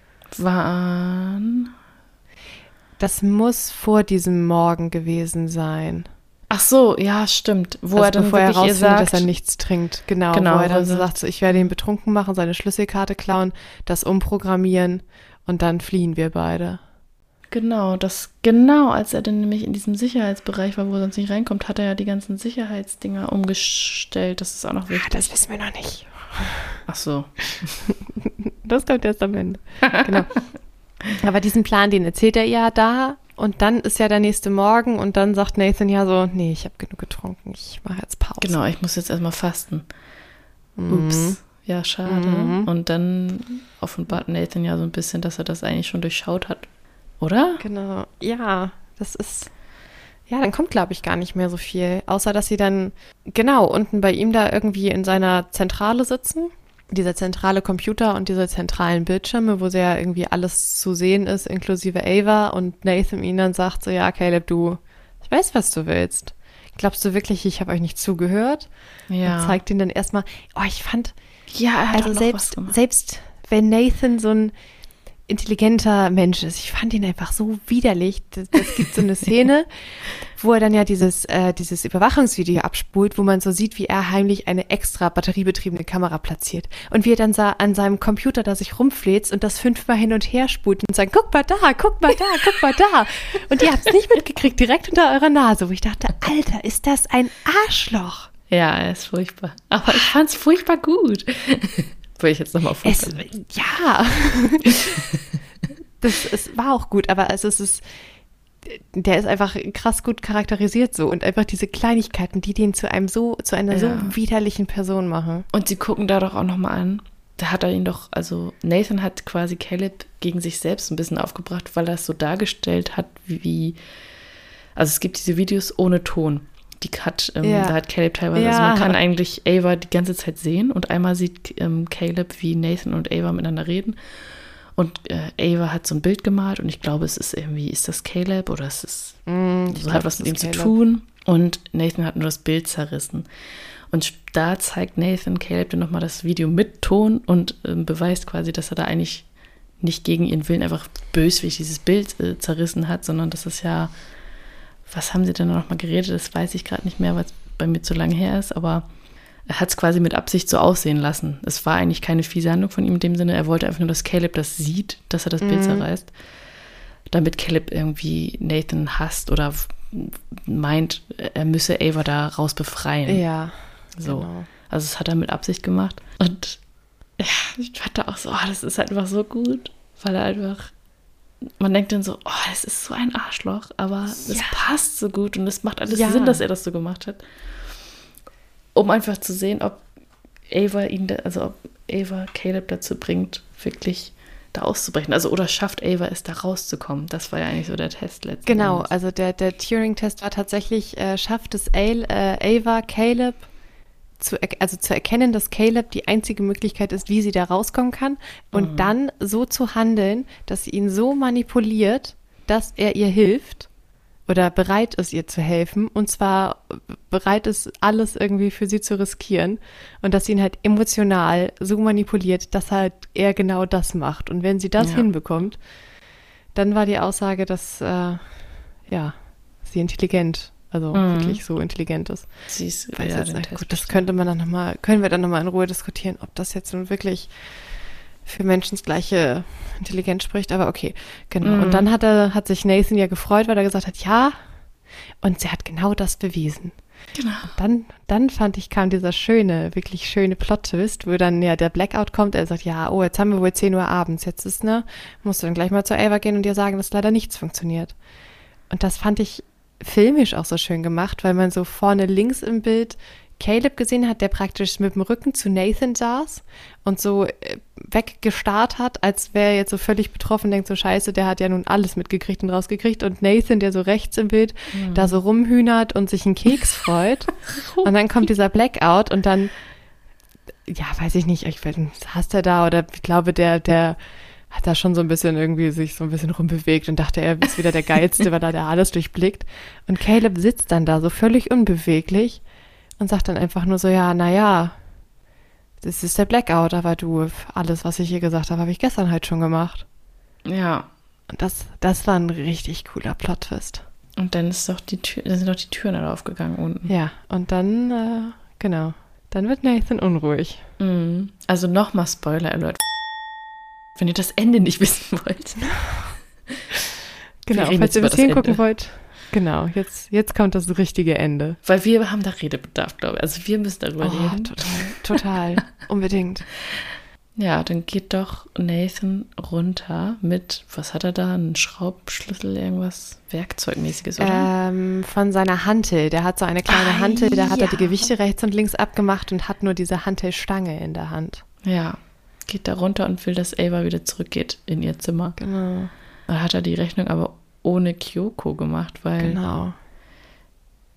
Wann? Das muss vor diesem Morgen gewesen sein. Ach so, ja, stimmt. Wo er dann bevor er herausfindet, dass er nichts trinkt. Genau, wo er dann so sagt, so, ich werde ihn betrunken machen, seine Schlüsselkarte klauen, das umprogrammieren und dann fliehen wir beide. Genau, als er dann nämlich in diesem Sicherheitsbereich war, wo er sonst nicht reinkommt, hat er ja die ganzen Sicherheitsdinger umgestellt. Das ist auch noch wichtig. Das wissen wir noch nicht. Ach so. Das kommt erst am Ende. Genau. Aber diesen Plan, den erzählt er ja da. Und dann ist ja der nächste Morgen und dann sagt Nathan ja so, nee, ich habe genug getrunken, ich mache jetzt Pause. Genau, ich muss jetzt erstmal fasten. Ups, ja, schade. Und dann offenbart Nathan ja so ein bisschen, dass er das eigentlich schon durchschaut hat, oder? Genau, ja, das Ja, dann kommt, glaube ich, gar nicht mehr so viel. Außer, dass sie dann, genau, unten bei ihm da irgendwie in seiner Zentrale sitzen. Dieser zentrale Computer und diese zentralen Bildschirme, wo ja irgendwie alles zu sehen ist, inklusive Ava. Und Nathan ihm dann sagt so, ja, Caleb, ich weiß, was du willst. Glaubst du wirklich, ich habe euch nicht zugehört? Ja. Und zeigt ihn dann erstmal, ich fand, ja, er hat also auch noch was gemacht. selbst wenn Nathan so ein intelligenter Mensch ist. Ich fand ihn einfach so widerlich. Das gibt so eine Szene, wo er dann ja dieses Überwachungsvideo abspult, wo man so sieht, wie er heimlich eine extra batteriebetriebene Kamera platziert. Und wie er dann an seinem Computer da sich rumfläzt und das 5-mal hin und her spult und sagt, guck mal da, guck mal da, guck mal da. Und ihr habt es nicht mitgekriegt, direkt unter eurer Nase, wo ich dachte, Alter, ist das ein Arschloch. Ja, er ist furchtbar. Aber ich fand es furchtbar gut. Will ich jetzt nochmal vorstellen. Ja. Es war auch gut, aber der ist einfach krass gut charakterisiert so und einfach diese Kleinigkeiten, die den zu einer so widerlichen Person machen. Und sie gucken da doch auch nochmal an. Da hat er ihn doch, also Nathan hat quasi Caleb gegen sich selbst ein bisschen aufgebracht, weil er es so dargestellt hat, also es gibt diese Videos ohne Ton. Da hat Caleb teilweise, also man kann eigentlich Ava die ganze Zeit sehen und einmal sieht Caleb, wie Nathan und Ava miteinander reden und Ava hat so ein Bild gemalt und ich glaube, es ist irgendwie, ist das Caleb oder es ist, hat was mit ihm zu tun und Nathan hat nur das Bild zerrissen und da zeigt Nathan Caleb dann nochmal das Video mit Ton und beweist quasi, dass er da eigentlich nicht gegen ihren Willen einfach böswillig dieses Bild zerrissen hat, sondern dass es ja, was haben sie denn noch mal geredet? Das weiß ich gerade nicht mehr, weil es bei mir zu lange her ist, aber er hat es quasi mit Absicht so aussehen lassen. Es war eigentlich keine fiese Handlung von ihm in dem Sinne, er wollte einfach nur, dass Caleb das sieht, dass er das Bild zerreißt, damit Caleb irgendwie Nathan hasst oder meint, er müsse Ava da raus befreien. Ja, so. Genau. Also das hat er mit Absicht gemacht und ja, ich fand da auch so, das ist halt einfach so gut, weil er einfach, man denkt dann so, es ist so ein Arschloch, aber es passt so gut und es macht alles Sinn, dass er das so gemacht hat. Um einfach zu sehen, ob Ava Caleb dazu bringt, wirklich da auszubrechen. Also, oder schafft Ava es, da rauszukommen. Das war ja eigentlich so der Test letztendlich. Genau, also der Turing-Test war tatsächlich, schafft es Ava Caleb zu erkennen, dass Caleb die einzige Möglichkeit ist, wie sie da rauskommen kann und dann so zu handeln, dass sie ihn so manipuliert, dass er ihr hilft oder bereit ist, ihr zu helfen und zwar bereit ist, alles irgendwie für sie zu riskieren und dass sie ihn halt emotional so manipuliert, dass halt er genau das macht und wenn sie das hinbekommt, dann war die Aussage, dass sie intelligent wirklich so intelligent ist. Sie ist gut, das können wir dann nochmal in Ruhe diskutieren, ob das jetzt nun wirklich für menschensgleiche Intelligenz spricht, aber okay, genau. Und dann hat sich Nathan ja gefreut, weil er gesagt hat, ja, und sie hat genau das bewiesen. Genau. Dann fand ich, kam dieser wirklich schöne Plot-Twist, wo dann ja der Blackout kommt, er sagt, ja, jetzt haben wir wohl 10 Uhr abends, jetzt ist, musst du dann gleich mal zu Ava gehen und ihr sagen, dass leider nichts funktioniert. Und das fand ich filmisch auch so schön gemacht, weil man so vorne links im Bild Caleb gesehen hat, der praktisch mit dem Rücken zu Nathan saß und so weggestarrt hat, als wäre er jetzt so völlig betroffen, denkt so, scheiße, der hat ja nun alles mitgekriegt und rausgekriegt und Nathan, der so rechts im Bild da so rumhühnert und sich einen Keks freut und dann kommt dieser Blackout und dann, ja, weiß ich nicht, hasst er da oder ich glaube, der hat da schon so ein bisschen irgendwie sich so ein bisschen rumbewegt und dachte, er ist wieder der Geilste, weil er da alles durchblickt. Und Caleb sitzt dann da so völlig unbeweglich und sagt dann einfach nur so, ja, das ist der Blackout, aber alles, was ich hier gesagt habe, habe ich gestern halt schon gemacht. Ja. Und das war ein richtig cooler Plot-Twist. Und dann sind doch die Türen alle aufgegangen unten. Ja, und dann, genau, dann wird Nathan unruhig. Also nochmal Spoiler-Alert. Wenn ihr das Ende nicht wissen wollt. Genau, falls ihr bis hierhin gucken wollt. Genau, jetzt kommt das richtige Ende. Weil wir haben da Redebedarf, glaube ich. Also wir müssen darüber reden. Total, unbedingt. Ja, dann geht doch Nathan runter mit, was hat er da, einen Schraubschlüssel, irgendwas Werkzeugmäßiges, oder? Von seiner Hantel. Der hat so eine kleine Hantel, da hat er die Gewichte rechts und links abgemacht und hat nur diese Hantelstange in der Hand. Ja, geht da runter und will, dass Ava wieder zurückgeht in ihr Zimmer. Genau. Da hat er die Rechnung aber ohne Kyoko gemacht, weil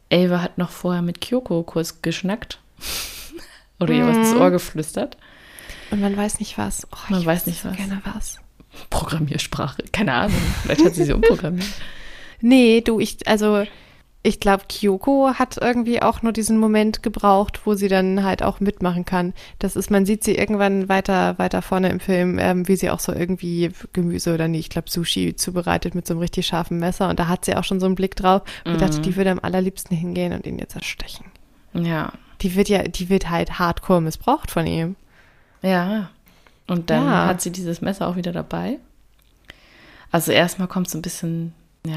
Ava hat noch vorher mit Kyoko kurz geschnackt. Oder ihr was ins Ohr geflüstert. Und man weiß nicht was. Oh, Man weiß nicht was. Gerne was. Programmiersprache. Keine Ahnung. Vielleicht hat sie umprogrammiert. Nee, ich glaube, Kyoko hat irgendwie auch nur diesen Moment gebraucht, wo sie dann halt auch mitmachen kann. Man sieht sie irgendwann weiter vorne im Film, wie sie auch so irgendwie Gemüse oder nee, ich glaube Sushi zubereitet mit so einem richtig scharfen Messer. Und da hat sie auch schon so einen Blick drauf. Und ich dachte, die würde am allerliebsten hingehen und ihn jetzt erstechen. Ja. Die wird halt hardcore missbraucht von ihm. Ja. Und dann hat sie dieses Messer auch wieder dabei. Also erstmal kommt so ein bisschen,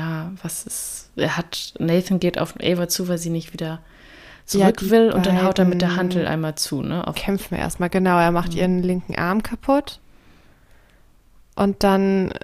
Nathan geht auf Ava zu, weil sie nicht wieder zurück will und dann haut er mit der Hantel einmal zu, ne? Kämpfen wir erstmal, genau. Er macht ihren linken Arm kaputt und dann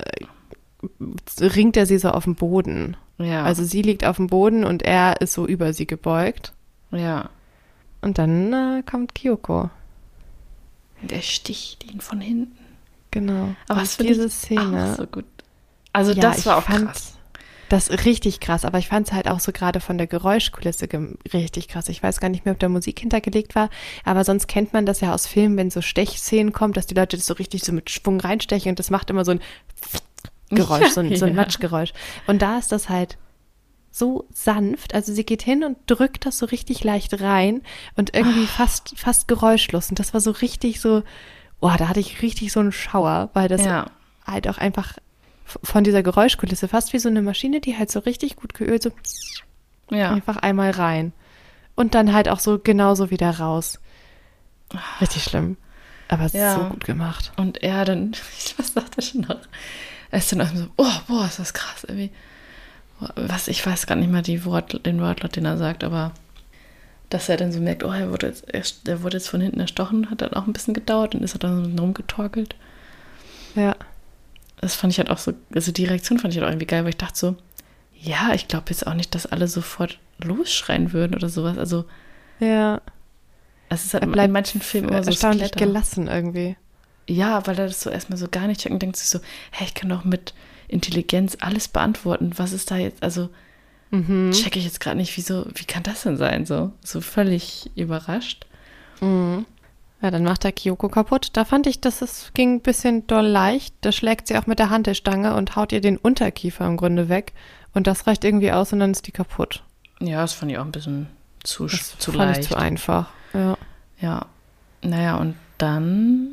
ringt er sie so auf dem Boden. Ja. Also sie liegt auf dem Boden und er ist so über sie gebeugt. Ja. Und dann kommt Kyoko. Und er sticht ihn von hinten. Genau. Aber was für diese Szene. Auch so gut. Also das war auch krass. Das ist richtig krass, aber ich fand es halt auch so gerade von der Geräuschkulisse richtig krass. Ich weiß gar nicht mehr, ob da Musik hintergelegt war, aber sonst kennt man das ja aus Filmen, wenn so Stechszenen kommen, dass die Leute das so richtig so mit Schwung reinstechen und das macht immer so ein Geräusch, so ein Matschgeräusch. Und da ist das halt so sanft, also sie geht hin und drückt das so richtig leicht rein und irgendwie fast geräuschlos. Und das war so richtig so, da hatte ich richtig so einen Schauer, weil das halt auch einfach von dieser Geräuschkulisse, fast wie so eine Maschine, die halt so richtig gut geölt, so einfach einmal rein. Und dann halt auch so genauso wieder raus. Richtig schlimm. Aber so gut gemacht. Und er dann, was sagt er schon noch? Er ist dann auch so, ist das krass, irgendwie. Ich weiß gar nicht mehr den Wortlaut, den er sagt, aber dass er dann so merkt, er wurde jetzt von hinten erstochen, hat dann auch ein bisschen gedauert und ist er dann so ein bisschen rumgetorkelt. Ja. Das fand ich halt auch so, also die Reaktion fand ich halt auch irgendwie geil, weil ich dachte so, ja, ich glaube jetzt auch nicht, dass alle sofort losschreien würden oder sowas. Also, ja. Es ist halt in manchen Filmen immer so erstaunlich gelassen irgendwie. Ja, weil er das so erstmal so gar nicht checkt und denkt sich so, ich kann doch mit Intelligenz alles beantworten. Was ist da jetzt, also checke ich jetzt gerade nicht, wie kann das denn sein? So völlig überrascht. Mhm. Ja, dann macht er Kyoko kaputt. Da fand ich, ging ein bisschen doll leicht. Da schlägt sie auch mit der Hantelstange und haut ihr den Unterkiefer im Grunde weg. Und das reicht irgendwie aus und dann ist die kaputt. Ja, das fand ich auch ein bisschen zu fand leicht. Ich zu einfach. Ja. Naja, und dann,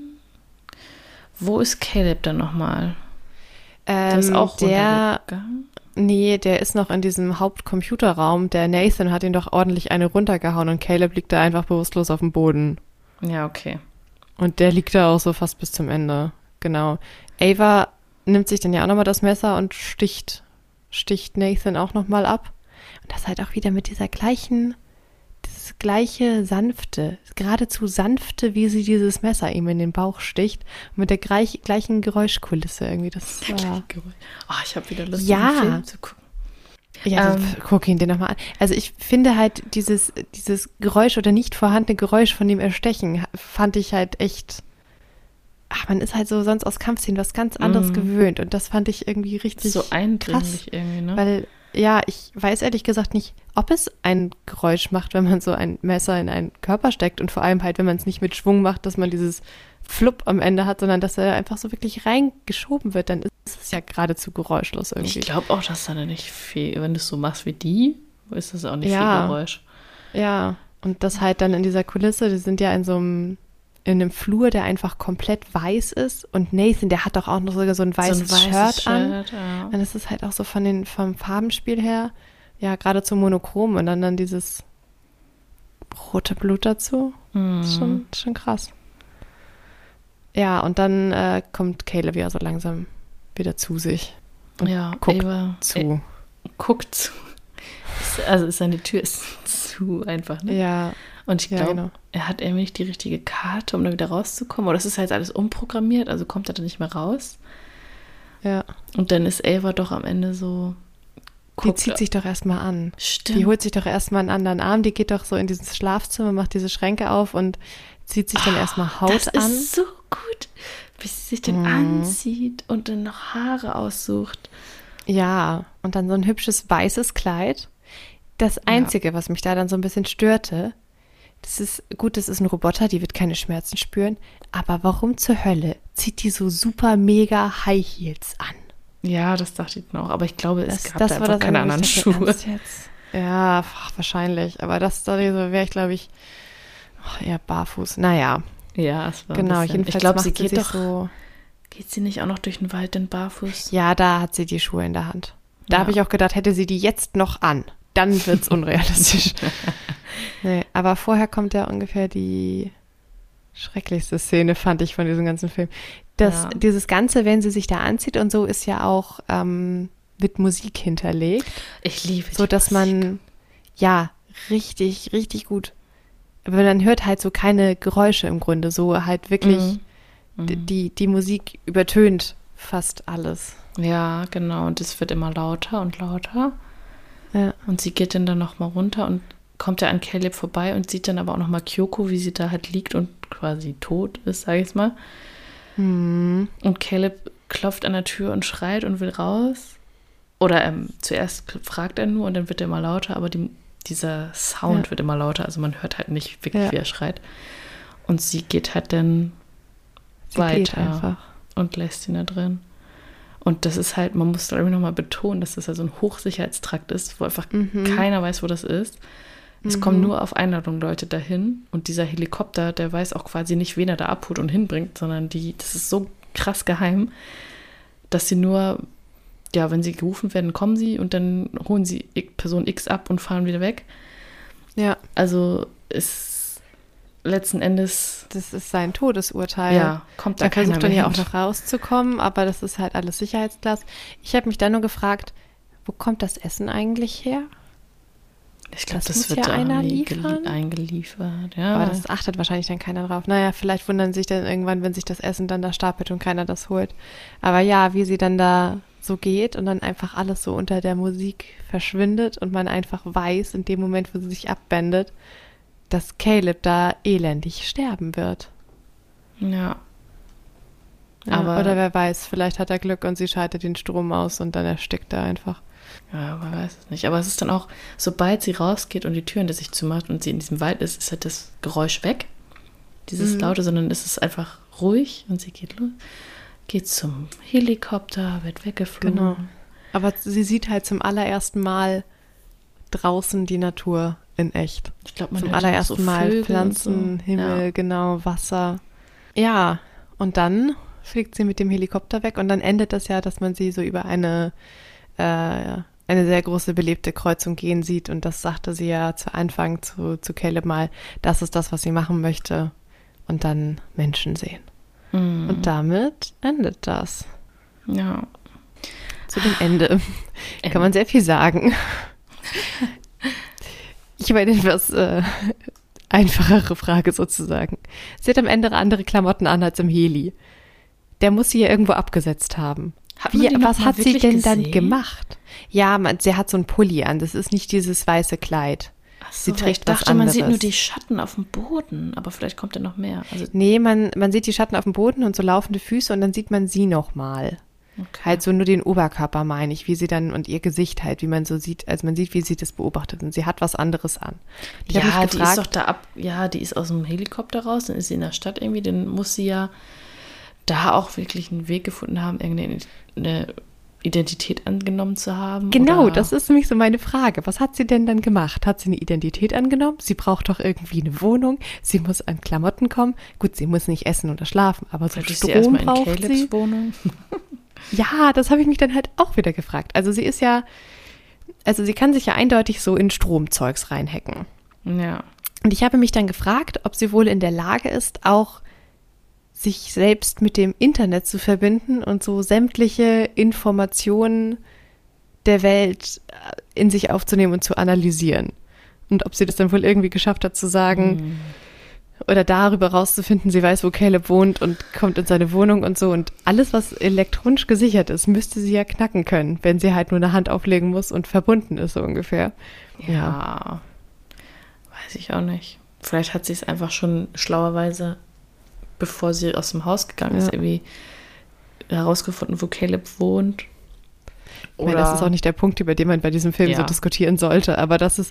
wo ist Caleb dann nochmal? Der ist auch runtergegangen? Nee, der ist noch in diesem Hauptcomputerraum. Der Nathan hat ihn doch ordentlich eine runtergehauen und Caleb liegt da einfach bewusstlos auf dem Boden. Ja, okay. Und der liegt da auch so fast bis zum Ende. Genau. Ava nimmt sich dann ja auch nochmal das Messer und sticht Nathan auch nochmal ab. Und das halt auch wieder mit dieses gleiche sanfte, geradezu sanfte, wie sie dieses Messer ihm in den Bauch sticht. Und mit der gleichen Geräuschkulisse irgendwie. Das war... ich habe wieder Lust, den Film zu gucken. Ja, guck ihn dir nochmal an. Also ich finde halt dieses Geräusch oder nicht vorhandene Geräusch von dem Erstechen fand ich halt echt, man ist halt so sonst aus Kampfszenen was ganz anderes gewöhnt und das fand ich irgendwie richtig so eindringlich irgendwie, ne? Weil, ich weiß ehrlich gesagt nicht, ob es ein Geräusch macht, wenn man so ein Messer in einen Körper steckt und vor allem halt, wenn man es nicht mit Schwung macht, dass man dieses Flupp am Ende hat, sondern dass er einfach so wirklich reingeschoben wird, dann ist es ja geradezu geräuschlos irgendwie. Ich glaube auch, dass da nicht viel, wenn du es so machst wie die, ist das auch nicht viel Geräusch. Ja, und das halt dann in dieser Kulisse, die sind ja in einem Flur, der einfach komplett weiß ist und Nathan, der hat doch auch noch sogar so ein weißes Shirt an. Ja. Und das ist halt auch so vom Farbenspiel her, geradezu monochrom und dann dieses rote Blut dazu. Ist schon krass. Ja, und dann kommt Caleb ja so langsam wieder zu sich und guckt zu. Guckt zu. Also seine Tür ist zu einfach, ne? Ja. Und ich glaube, er hat irgendwie nicht die richtige Karte, um da wieder rauszukommen. Oder das ist halt alles umprogrammiert, also kommt er da nicht mehr raus. Ja. Und dann ist Ava doch am Ende so... Die zieht sich doch erstmal an. Stimmt. Die holt sich doch erstmal einen anderen Arm, die geht doch so in dieses Schlafzimmer, macht diese Schränke auf und zieht sich dann erstmal Haut an. Das ist so gut, wie sie sich dann anzieht und dann noch Haare aussucht. Ja, und dann so ein hübsches weißes Kleid. Das Einzige, was mich da dann so ein bisschen störte, das ist ein Roboter, die wird keine Schmerzen spüren, aber warum zur Hölle zieht die so super mega High Heels an? Ja, das dachte ich noch, aber ich glaube, es gab da war einfach keine anderen Schuhe. Ja, wahrscheinlich, aber das wäre ich, glaube ich, eher barfuß. Naja. Ja, es war genau, jedenfalls. Ich glaube, sie geht doch so. Geht sie nicht auch noch durch den Wald denn barfuß? Ja, da hat sie die Schuhe in der Hand. Da habe ich auch gedacht, hätte sie die jetzt noch an, dann wird es unrealistisch. Nee, aber vorher kommt ja ungefähr die schrecklichste Szene, fand ich, von diesem ganzen Film. Dieses Ganze, wenn sie sich da anzieht und so, ist ja auch mit Musik hinterlegt. Ich liebe die so, dass man, ja, richtig, richtig gut. Aber man hört halt so keine Geräusche im Grunde, so halt wirklich die Musik übertönt fast alles. Ja, genau. Und es wird immer lauter und lauter. Ja. Und sie geht dann nochmal runter und kommt ja an Caleb vorbei und sieht dann aber auch nochmal Kyoko, wie sie da halt liegt und quasi tot ist, sage ich mal. Und Caleb klopft an der Tür und schreit und will raus. Oder zuerst fragt er nur und dann wird er immer lauter, aber dieser Sound wird immer lauter. Also man hört halt nicht wirklich, wie er schreit. Und sie geht halt dann weiter und lässt ihn da drin. Und das ist halt, man muss glaube ich nochmal betonen, dass das ja so ein Hochsicherheitstrakt ist, wo einfach keiner weiß, wo das ist. Es kommen nur auf Einladung Leute dahin und dieser Helikopter, der weiß auch quasi nicht, wen er da abholt und hinbringt, sondern das ist so krass geheim, dass sie nur, ja, wenn sie gerufen werden, kommen sie und dann holen sie Person X ab und fahren wieder weg. Ja. Also ist letzten Endes... Das ist sein Todesurteil. Ja, kommt da keiner mehr. Er versucht dann ja auch noch rauszukommen, aber das ist halt alles Sicherheitsglas. Ich habe mich dann nur gefragt, wo kommt das Essen eigentlich her? Ich glaube, das wird ja einer eingeliefert. Ja. Aber das achtet wahrscheinlich dann keiner drauf. Naja, vielleicht wundern sich dann irgendwann, wenn sich das Essen dann da stapelt und keiner das holt. Aber ja, wie sie dann da so geht und dann einfach alles so unter der Musik verschwindet und man einfach weiß, in dem Moment, wo sie sich abwendet, dass Caleb da elendig sterben wird. Ja. Aber oder wer weiß, vielleicht hat er Glück und sie schaltet den Strom aus und dann erstickt er einfach. Ja, man weiß es nicht. Aber es ist dann auch, sobald sie rausgeht und die Tür hinter sich zumacht und sie in diesem Wald ist halt das Geräusch weg. Dieses Laute, sondern es ist einfach ruhig und sie geht los. Geht zum Helikopter, wird weggeflogen. Genau. Aber sie sieht halt zum allerersten Mal draußen die Natur in echt. Ich glaube, man zum allerersten Mal Vögel Pflanzen, so. Himmel, genau, Wasser. Ja, und dann fliegt sie mit dem Helikopter weg und dann endet das ja, dass man sie so über eine sehr große belebte Kreuzung gehen sieht und das sagte sie ja zu Anfang zu Caleb mal, das ist das, was sie machen möchte und dann Menschen sehen. Und damit endet das. Ja. Zu dem Ende. Kann man sehr viel sagen. Ich habe eine etwas einfachere Frage sozusagen. Sie hat am Ende andere Klamotten an als im Heli. Der muss sie ja irgendwo abgesetzt haben. Was hat sie denn dann gemacht? Ja, sie hat so einen Pulli an. Das ist nicht dieses weiße Kleid. Ach so, sie trägt ich dachte, man sieht nur die Schatten auf dem Boden. Aber vielleicht kommt ja noch mehr. Also nee, man sieht die Schatten auf dem Boden und so laufende Füße und dann sieht man sie nochmal. Okay. Halt so nur den Oberkörper, meine ich, wie sie dann und ihr Gesicht halt, wie man so sieht, also man sieht, wie sie das beobachtet und sie hat was anderes an. Die ist doch da die ist aus dem Helikopter raus, dann ist sie in der Stadt irgendwie, dann muss sie ja da auch wirklich einen Weg gefunden haben, irgendeine Identität angenommen zu haben. Genau, oder? Das ist nämlich so meine Frage. Was hat sie denn dann gemacht? Hat sie eine Identität angenommen? Sie braucht doch irgendwie eine Wohnung. Sie muss an Klamotten kommen. Gut, sie muss nicht essen oder schlafen, aber so Strom braucht sie. Wohnung? Ja, das habe ich mich dann halt auch wieder gefragt. Also sie kann sich ja eindeutig so in Stromzeugs reinhacken. Ja. Und ich habe mich dann gefragt, ob sie wohl in der Lage ist, auch sich selbst mit dem Internet zu verbinden und so sämtliche Informationen der Welt in sich aufzunehmen und zu analysieren. Und ob sie das dann wohl irgendwie geschafft hat zu sagen oder darüber rauszufinden, sie weiß, wo Caleb wohnt und kommt in seine Wohnung und so. Und alles, was elektronisch gesichert ist, müsste sie ja knacken können, wenn sie halt nur eine Hand auflegen muss und verbunden ist, so ungefähr. Ja. Weiß ich auch nicht. Vielleicht hat sie es einfach schon schlauerweise, bevor sie aus dem Haus gegangen ist, irgendwie herausgefunden, wo Caleb wohnt. Das ist auch nicht der Punkt, über den man bei diesem Film so diskutieren sollte, aber das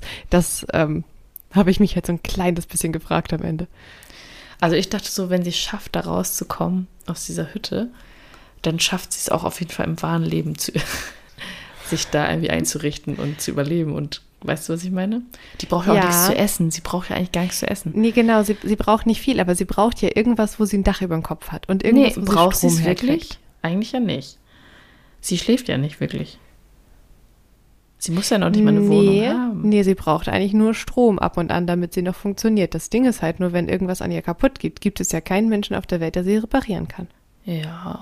habe ich mich halt so ein kleines bisschen gefragt am Ende. Also ich dachte so, wenn sie es schafft, da rauszukommen aus dieser Hütte, dann schafft sie es auch auf jeden Fall im wahren Leben, sich da irgendwie einzurichten und zu überleben. Und weißt du, was ich meine? Die braucht ja auch nichts zu essen. Sie braucht ja eigentlich gar nichts zu essen. Nee, genau. Sie braucht nicht viel, aber sie braucht ja irgendwas, wo sie ein Dach über dem Kopf hat. Und irgendwas, wo braucht sie Strom es wirklich? herkriegt. Eigentlich ja nicht. Sie schläft ja nicht wirklich. Sie muss ja noch nicht mal eine Wohnung haben. Nee, sie braucht eigentlich nur Strom ab und an, damit sie noch funktioniert. Das Ding ist halt nur, wenn irgendwas an ihr kaputt geht, gibt es ja keinen Menschen auf der Welt, der sie reparieren kann. Ja.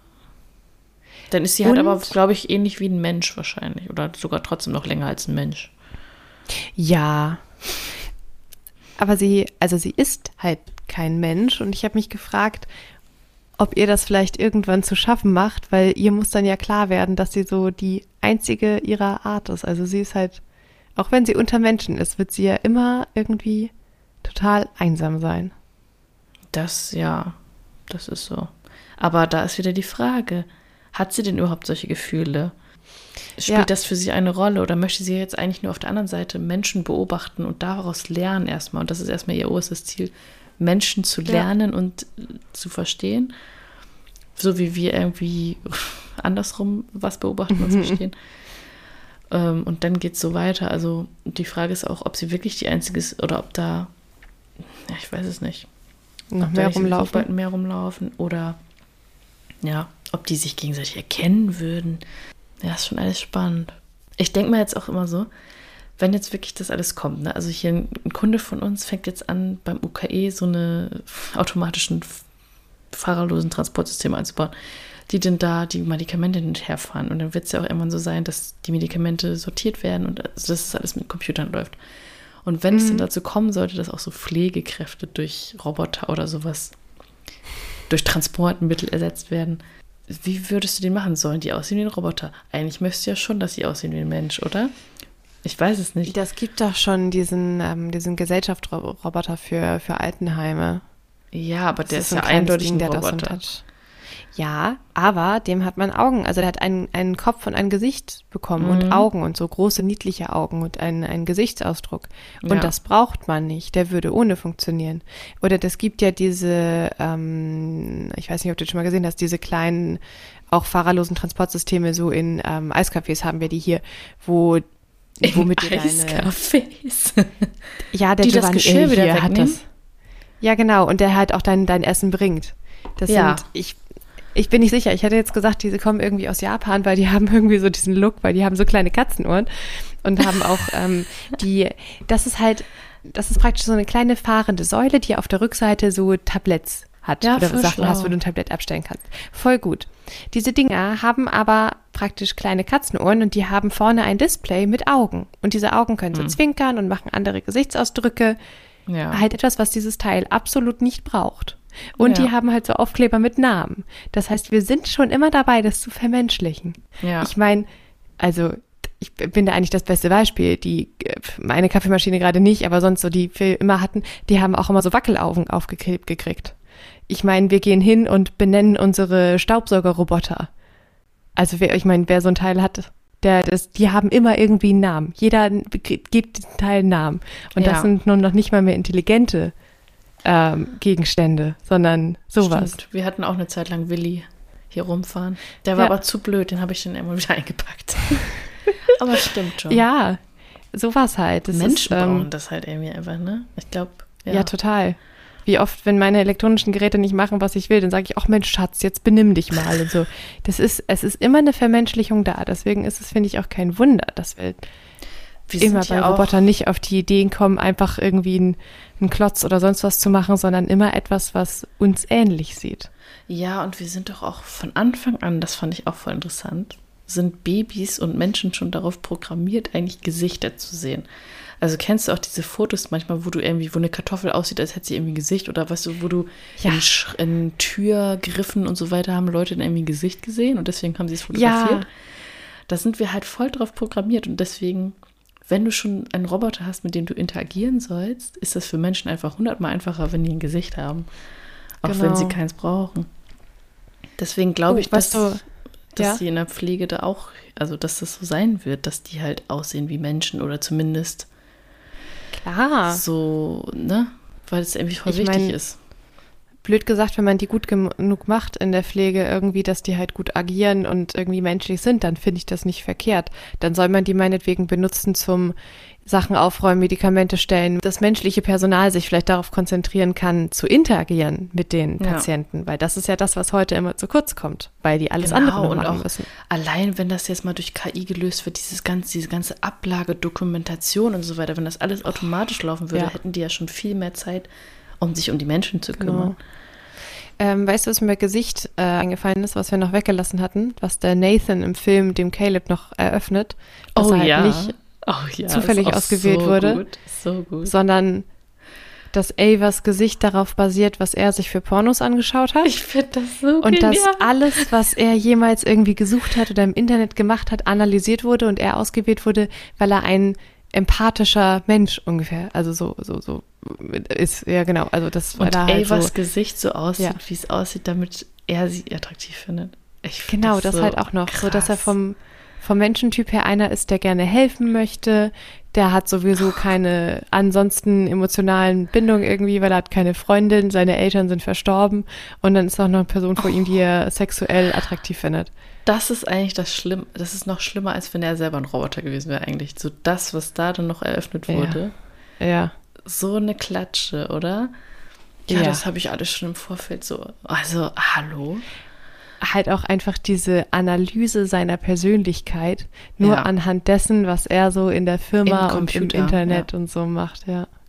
Dann ist sie halt aber, glaube ich, ähnlich wie ein Mensch wahrscheinlich. Oder sogar trotzdem noch länger als ein Mensch. Ja. Aber sie ist halt kein Mensch. Und ich habe mich gefragt, ob ihr das vielleicht irgendwann zu schaffen macht, weil ihr muss dann ja klar werden, dass sie so die einzige ihrer Art ist. Also sie ist halt, auch wenn sie unter Menschen ist, wird sie ja immer irgendwie total einsam sein. Das ist so. Aber da ist wieder die Frage, hat sie denn überhaupt solche Gefühle? Spielt das für sie eine Rolle oder möchte sie jetzt eigentlich nur auf der anderen Seite Menschen beobachten und daraus lernen erstmal? Und das ist erstmal ihr oberstes Ziel, Menschen zu lernen und zu verstehen, so wie wir irgendwie andersrum was beobachten und verstehen. Und dann geht es so weiter. Also die Frage ist auch, ob sie wirklich die Einzige ist oder ob da, ich weiß es nicht, noch mehr rumlaufen oder ob die sich gegenseitig erkennen würden. Ja, ist schon alles spannend. Ich denke mir jetzt auch immer so, wenn jetzt wirklich das alles kommt, ne? Also hier ein Kunde von uns fängt jetzt an, beim UKE so eine automatischen fahrerlosen Transportsysteme einzubauen, die denn da die Medikamente hin und her fahren. Und dann wird es ja auch irgendwann so sein, dass die Medikamente sortiert werden und also dass es alles mit Computern läuft. Und wenn es dann dazu kommen sollte, dass auch so Pflegekräfte durch Roboter oder sowas, durch Transportmittel ersetzt werden, wie würdest du den machen? Sollen die aussehen wie ein Roboter? Eigentlich möchtest du ja schon, dass sie aussehen wie ein Mensch, oder? Ich weiß es nicht. Das gibt doch schon diesen Gesellschaftsroboter für Altenheime. Ja, aber der ist ja eindeutig ein Roboter. Ja, aber dem hat man Augen. Also der hat einen Kopf und ein Gesicht bekommen und Augen und so große, niedliche Augen und einen Gesichtsausdruck. Und das braucht man nicht. Der würde ohne funktionieren. Oder das gibt ja diese, ich weiß nicht, ob du das schon mal gesehen hast, diese kleinen, auch fahrerlosen Transportsysteme, so in Eiscafés haben wir die hier, womit du deine... Eiscafés? Ja, der die das Geschirr wieder wegnehmen? Hat das. Ja, genau. Und der halt auch dein Essen bringt. Das sind, ich bin nicht sicher. Ich hätte jetzt gesagt, diese kommen irgendwie aus Japan, weil die haben irgendwie so diesen Look, weil die haben so kleine Katzenohren und haben auch das ist praktisch so eine kleine fahrende Säule, die auf der Rückseite so Tabletts hat oder Sachen hast, wo du ein Tablett abstellen kannst. Voll gut. Diese Dinger haben aber praktisch kleine Katzenohren und die haben vorne ein Display mit Augen. Und diese Augen können so zwinkern und machen andere Gesichtsausdrücke. Ja. Halt etwas, was dieses Teil absolut nicht braucht. Und die haben halt so Aufkleber mit Namen. Das heißt, wir sind schon immer dabei, das zu vermenschlichen. Ja. Ich meine, also ich bin da eigentlich das beste Beispiel. Meine Kaffeemaschine gerade nicht, aber sonst so, die wir immer hatten, die haben auch immer so Wackelaugen aufgeklebt gekriegt. Ich meine, wir gehen hin und benennen unsere Staubsaugerroboter. Also wer so ein Teil hat, die haben immer irgendwie einen Namen. Jeder gibt diesem Teil einen Namen. Und das sind nun noch nicht mal mehr intelligente Gegenstände, sondern sowas. Stimmt. Wir hatten auch eine Zeit lang Willi hier rumfahren. Der war aber zu blöd, den habe ich dann immer wieder eingepackt. Aber stimmt schon. Ja, sowas halt. Menschen brauchen das halt irgendwie einfach, ne? Ich glaube, ja, total. Wie oft, wenn meine elektronischen Geräte nicht machen, was ich will, dann sage ich, ach Mensch, Schatz, jetzt benimm dich mal und so. Es ist immer eine Vermenschlichung da. Deswegen ist es, finde ich, auch kein Wunder, dass wir immer bei Robotern nicht auf die Ideen kommen, einfach irgendwie einen Klotz oder sonst was zu machen, sondern immer etwas, was uns ähnlich sieht. Ja, und wir sind doch auch von Anfang an, das fand ich auch voll interessant, sind Babys und Menschen schon darauf programmiert, eigentlich Gesichter zu sehen. Also kennst du auch diese Fotos manchmal, wo eine Kartoffel aussieht, als hätte sie irgendwie ein Gesicht oder weißt du, wo du in Türgriffen und so weiter haben Leute dann irgendwie ein Gesicht gesehen und deswegen haben sie es fotografiert. Ja. Da sind wir halt voll drauf programmiert und deswegen, wenn du schon einen Roboter hast, mit dem du interagieren sollst, ist das für Menschen einfach 100-mal einfacher, wenn die ein Gesicht haben. Auch wenn sie keins brauchen. Deswegen glaube ich, dass... dass die in der Pflege da auch, also dass das so sein wird, dass die halt aussehen wie Menschen oder zumindest so, ne? Weil es irgendwie voll wichtig ist. Blöd gesagt, wenn man die gut genug macht in der Pflege irgendwie, dass die halt gut agieren und irgendwie menschlich sind, dann finde ich das nicht verkehrt. Dann soll man die meinetwegen benutzen zum Sachen aufräumen, Medikamente stellen, das menschliche Personal sich vielleicht darauf konzentrieren kann, zu interagieren mit den Patienten, weil das ist ja das, was heute immer zu kurz kommt, weil die alles andere noch machen müssen. Allein, wenn das jetzt mal durch KI gelöst wird, diese ganze Ablage, Dokumentation und so weiter, wenn das alles automatisch laufen würde, hätten die ja schon viel mehr Zeit, um sich um die Menschen zu kümmern. Weißt du, was mir bei Gesicht eingefallen ist, was wir noch weggelassen hatten, was der Nathan im Film dem Caleb noch eröffnet, dass er halt nicht zufällig ausgewählt wurde, sondern dass Avas Gesicht darauf basiert, was er sich für Pornos angeschaut hat. Ich finde das so und genial. Dass alles, was er jemals irgendwie gesucht hat oder im Internet gemacht hat, analysiert wurde und er ausgewählt wurde, weil er ein empathischer Mensch ungefähr, also so ist, ja genau, also das war da halt Avas Gesicht so aussieht, wie es aussieht, damit er sie attraktiv findet. Genau, das so halt auch noch, krass. So dass er vom Menschentyp her einer ist, der gerne helfen möchte, der hat sowieso keine ansonsten emotionalen Bindungen irgendwie, weil er hat keine Freundin, seine Eltern sind verstorben und dann ist auch noch eine Person vor ihm, die er sexuell attraktiv findet. Das ist eigentlich das Schlimme, das ist noch schlimmer, als wenn er selber ein Roboter gewesen wäre eigentlich. So das, was da dann noch eröffnet wurde. Ja. So eine Klatsche, oder? Ja, das habe ich alles schon im Vorfeld so, also hallo? Halt auch einfach diese Analyse seiner Persönlichkeit, nur anhand dessen, was er so in der Firma und im Internet und so macht,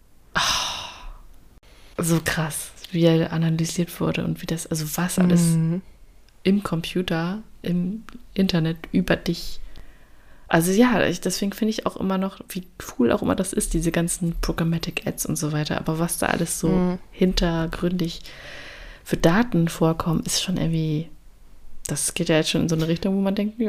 So krass, wie er analysiert wurde und wie das, also was alles im Computer, im Internet über dich. Also deswegen finde ich auch immer noch, wie cool auch immer das ist, diese ganzen Programmatic Ads und so weiter, aber was da alles so hintergründig für Daten vorkommen, ist schon irgendwie. Das geht ja jetzt schon in so eine Richtung, wo man denkt,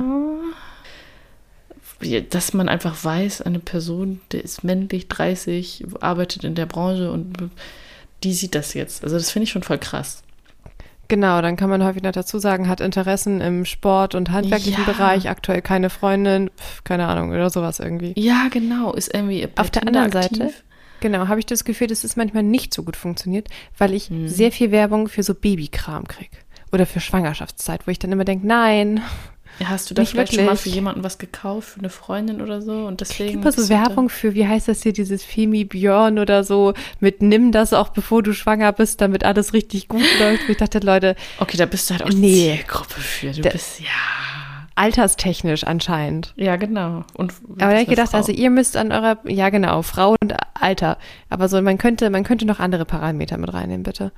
dass man einfach weiß, eine Person, die ist männlich, 30, arbeitet in der Branche und die sieht das jetzt. Also das finde ich schon voll krass. Genau, dann kann man häufig noch dazu sagen, hat Interessen im Sport- und handwerklichen Bereich, aktuell keine Freundin, keine Ahnung, oder sowas irgendwie. Ja, genau, ist irgendwie bei auf der anderen Seite, genau, habe ich das Gefühl, dass es manchmal nicht so gut funktioniert, weil ich sehr viel Werbung für so Babykram kriege. Oder für Schwangerschaftszeit, wo ich dann immer denke, nein. Ja, hast du da vielleicht schon mal für jemanden was gekauft, für eine Freundin oder so? Und deswegen. Ich kriege so Werbung für, wie heißt das hier, dieses Femi Björn oder so, mit nimm das auch, bevor du schwanger bist, damit alles richtig gut läuft. Und ich dachte, Leute. Okay, da bist du halt auch Zielgruppe für. Du bist, alterstechnisch anscheinend. Ja, genau. Und aber da habe ich gedacht, also ihr müsst an eurer, Frau und Alter. Aber so, man könnte noch andere Parameter mit reinnehmen, bitte.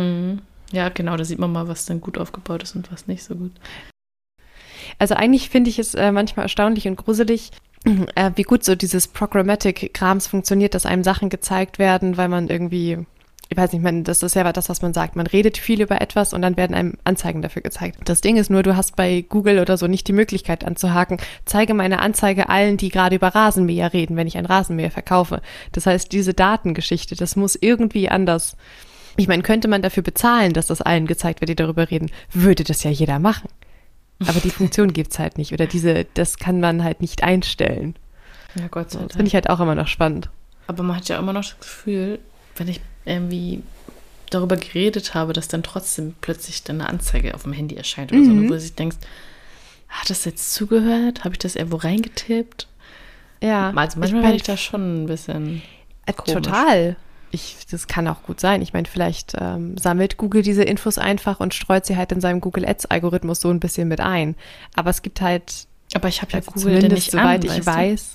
Ja, genau, da sieht man mal, was dann gut aufgebaut ist und was nicht so gut. Also eigentlich finde ich es manchmal erstaunlich und gruselig, wie gut so dieses Programmatic-Krams funktioniert, dass einem Sachen gezeigt werden, weil man irgendwie, ich weiß nicht, das ist ja das, was man sagt. Man redet viel über etwas und dann werden einem Anzeigen dafür gezeigt. Das Ding ist nur, du hast bei Google oder so nicht die Möglichkeit anzuhaken, zeige meine Anzeige allen, die gerade über Rasenmäher reden, wenn ich ein Rasenmäher verkaufe. Das heißt, diese Datengeschichte, das muss irgendwie anders. Ich meine, könnte man dafür bezahlen, dass das allen gezeigt wird, die darüber reden, würde das ja jeder machen. Aber die Funktion gibt's halt nicht. Oder das kann man halt nicht einstellen. Ja, Gott sei Dank. Das finde ich halt auch immer noch spannend. Aber man hat ja immer noch das Gefühl, wenn ich irgendwie darüber geredet habe, dass dann trotzdem plötzlich dann eine Anzeige auf dem Handy erscheint oder so, wo du sich denkst, hat das jetzt zugehört? Habe ich das irgendwo reingetippt? Ja. Also manchmal bin ich da schon ein bisschen komisch. Total. Das kann auch gut sein. Ich meine, vielleicht sammelt Google diese Infos einfach und streut sie halt in seinem Google Ads-Algorithmus so ein bisschen mit ein. Aber es gibt halt. Aber ich habe ja Google denn nicht soweit ich weiß.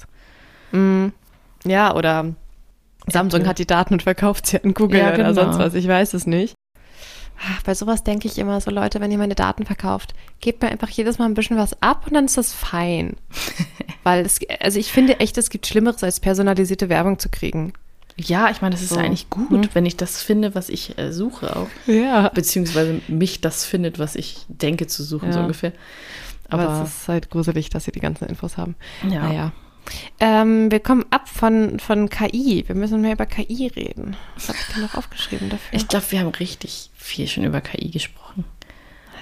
Ja, oder Samsung hat die Daten und verkauft sie an Google oder sonst was. Ich weiß es nicht. Bei sowas denke ich immer so, Leute, wenn ihr meine Daten verkauft, gebt mir einfach jedes Mal ein bisschen was ab und dann ist das fein. Weil ich finde echt, es gibt Schlimmeres, als personalisierte Werbung zu kriegen. Ja, ich meine, das ist eigentlich gut, wenn ich das finde, was ich suche auch. Ja. Beziehungsweise mich das findet, was ich denke zu suchen, so ungefähr. Aber es ist halt gruselig, dass sie die ganzen Infos haben. Ja. Naja. Wir kommen ab von KI. Wir müssen mehr über KI reden. Was habe ich denn noch aufgeschrieben dafür? Ich glaube, wir haben richtig viel schon über KI gesprochen.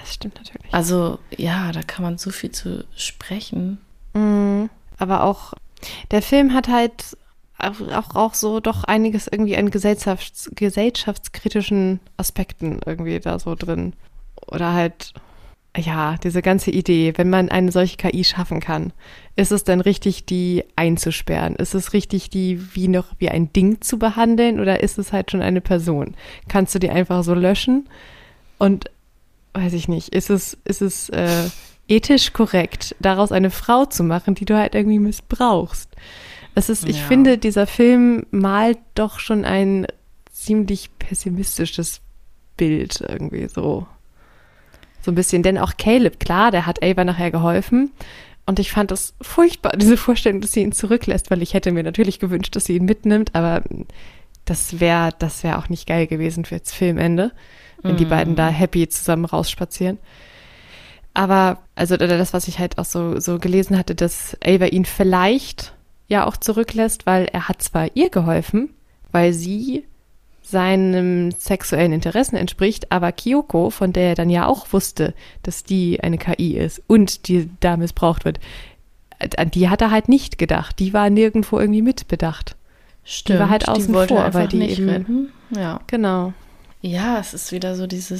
das stimmt natürlich. Also, ja, da kann man so viel zu sprechen. Aber auch, der Film hat halt auch so doch einiges irgendwie an gesellschaftskritischen Aspekten irgendwie da so drin. Oder halt, ja, diese ganze Idee, wenn man eine solche KI schaffen kann, ist es dann richtig, die einzusperren? Ist es richtig, die wie ein Ding zu behandeln oder ist es halt schon eine Person? Kannst du die einfach so löschen? Und weiß ich nicht, ist es ethisch korrekt, daraus eine Frau zu machen, die du halt irgendwie missbrauchst? Ich finde, dieser Film malt doch schon ein ziemlich pessimistisches Bild irgendwie so. So ein bisschen, denn auch Caleb, klar, der hat Ava nachher geholfen und ich fand es furchtbar, diese Vorstellung, dass sie ihn zurücklässt, weil ich hätte mir natürlich gewünscht, dass sie ihn mitnimmt, aber das wär auch nicht geil gewesen fürs Filmende, wenn die beiden da happy zusammen rausspazieren. Aber, also das, was ich halt auch so gelesen hatte, dass Ava ihn vielleicht ja auch zurücklässt, weil er hat zwar ihr geholfen, weil sie seinem sexuellen Interessen entspricht, aber Kyoko, von der er dann ja auch wusste, dass die eine KI ist und die da missbraucht wird, an die hat er halt nicht gedacht. Die war nirgendwo irgendwie mitbedacht. Stimmt, die war halt außen vor, weil die nicht eben retten. Ja. Genau. Ja, es ist wieder so diese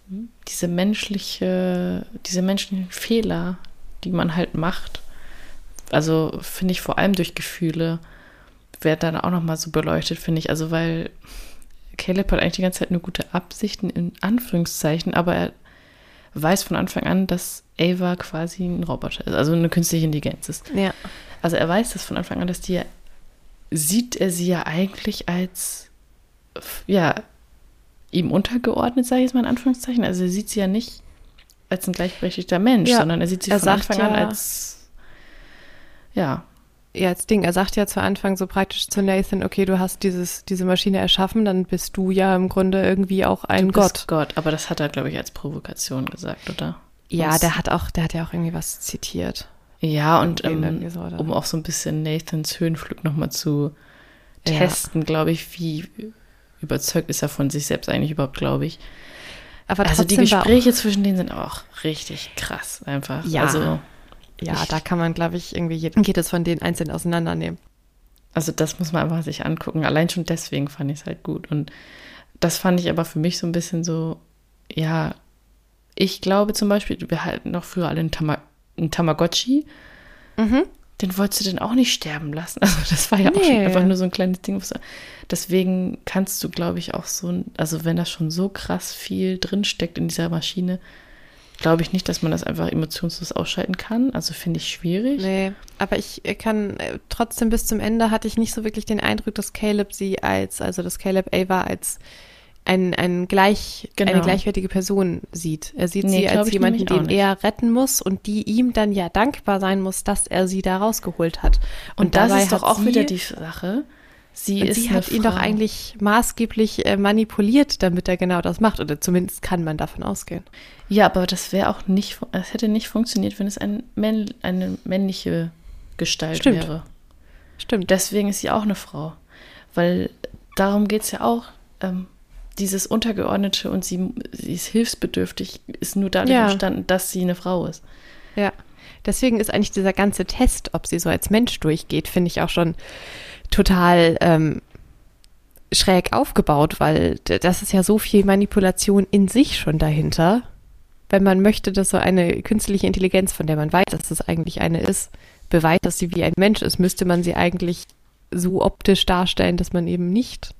menschlichen Fehler, die man halt macht. Also finde ich vor allem durch Gefühle wird dann auch nochmal so beleuchtet, finde ich. Also weil Caleb hat eigentlich die ganze Zeit nur gute Absichten in Anführungszeichen, aber er weiß von Anfang an, dass Ava quasi ein Roboter ist, also eine künstliche Intelligenz ist. Ja. Also er weiß das von Anfang an, dass sieht er sie ja eigentlich als, ja, ihm untergeordnet, sage ich jetzt mal in Anführungszeichen. Also er sieht sie ja nicht als ein gleichberechtigter Mensch, sondern er sieht sie von Anfang an als, ja, als Ding. Er sagt ja zu Anfang so praktisch zu Nathan, okay, du hast diese Maschine erschaffen, dann bist du ja im Grunde irgendwie auch ein Gott. Du bist Gott, aber das hat er, glaube ich, als Provokation gesagt, oder? Ja, der hat ja auch irgendwie was zitiert. Ja, und um auch so ein bisschen Nathans Höhenflug nochmal zu testen, glaube ich, wie überzeugt ist er von sich selbst eigentlich überhaupt, glaube ich. Aber also die Gespräche zwischen denen sind auch richtig krass einfach. Ja. Also, da kann man, glaube ich, irgendwie jedes von denen einzeln auseinandernehmen. Also das muss man einfach sich angucken. Allein schon deswegen fand ich es halt gut. Und das fand ich aber für mich so ein bisschen so, ja, ich glaube zum Beispiel, wir hatten noch früher alle einen Tamagotchi. Mhm. Den wolltest du denn auch nicht sterben lassen. Also das war ja auch schon einfach nur so ein kleines Ding. Deswegen kannst du, glaube ich, auch also wenn da schon so krass viel drinsteckt in dieser Maschine, glaube ich nicht, dass man das einfach emotionslos ausschalten kann. Also finde ich schwierig. Nee, aber ich kann trotzdem bis zum Ende hatte ich nicht so wirklich den Eindruck, dass Caleb dass Caleb Ava als eine gleichwertige Person sieht. Er sieht sie als jemanden, den er retten muss und die ihm dann ja dankbar sein muss, dass er sie da rausgeholt hat. Und das ist doch auch wieder die Sache. Sie hat ihn doch eigentlich maßgeblich manipuliert, damit er genau das macht. Oder zumindest kann man davon ausgehen. Ja, aber das hätte nicht funktioniert, wenn es eine männliche Gestalt wäre. Stimmt. Deswegen ist sie auch eine Frau. Weil darum geht es ja auch. Dieses Untergeordnete und sie ist hilfsbedürftig, ist nur dadurch entstanden, dass sie eine Frau ist. Ja, deswegen ist eigentlich dieser ganze Test, ob sie so als Mensch durchgeht, finde ich auch schon total schräg aufgebaut, weil das ist ja so viel Manipulation in sich schon dahinter. Wenn man möchte, dass so eine künstliche Intelligenz, von der man weiß, dass es eigentlich eine ist, beweist, dass sie wie ein Mensch ist, müsste man sie eigentlich so optisch darstellen, dass man eben nicht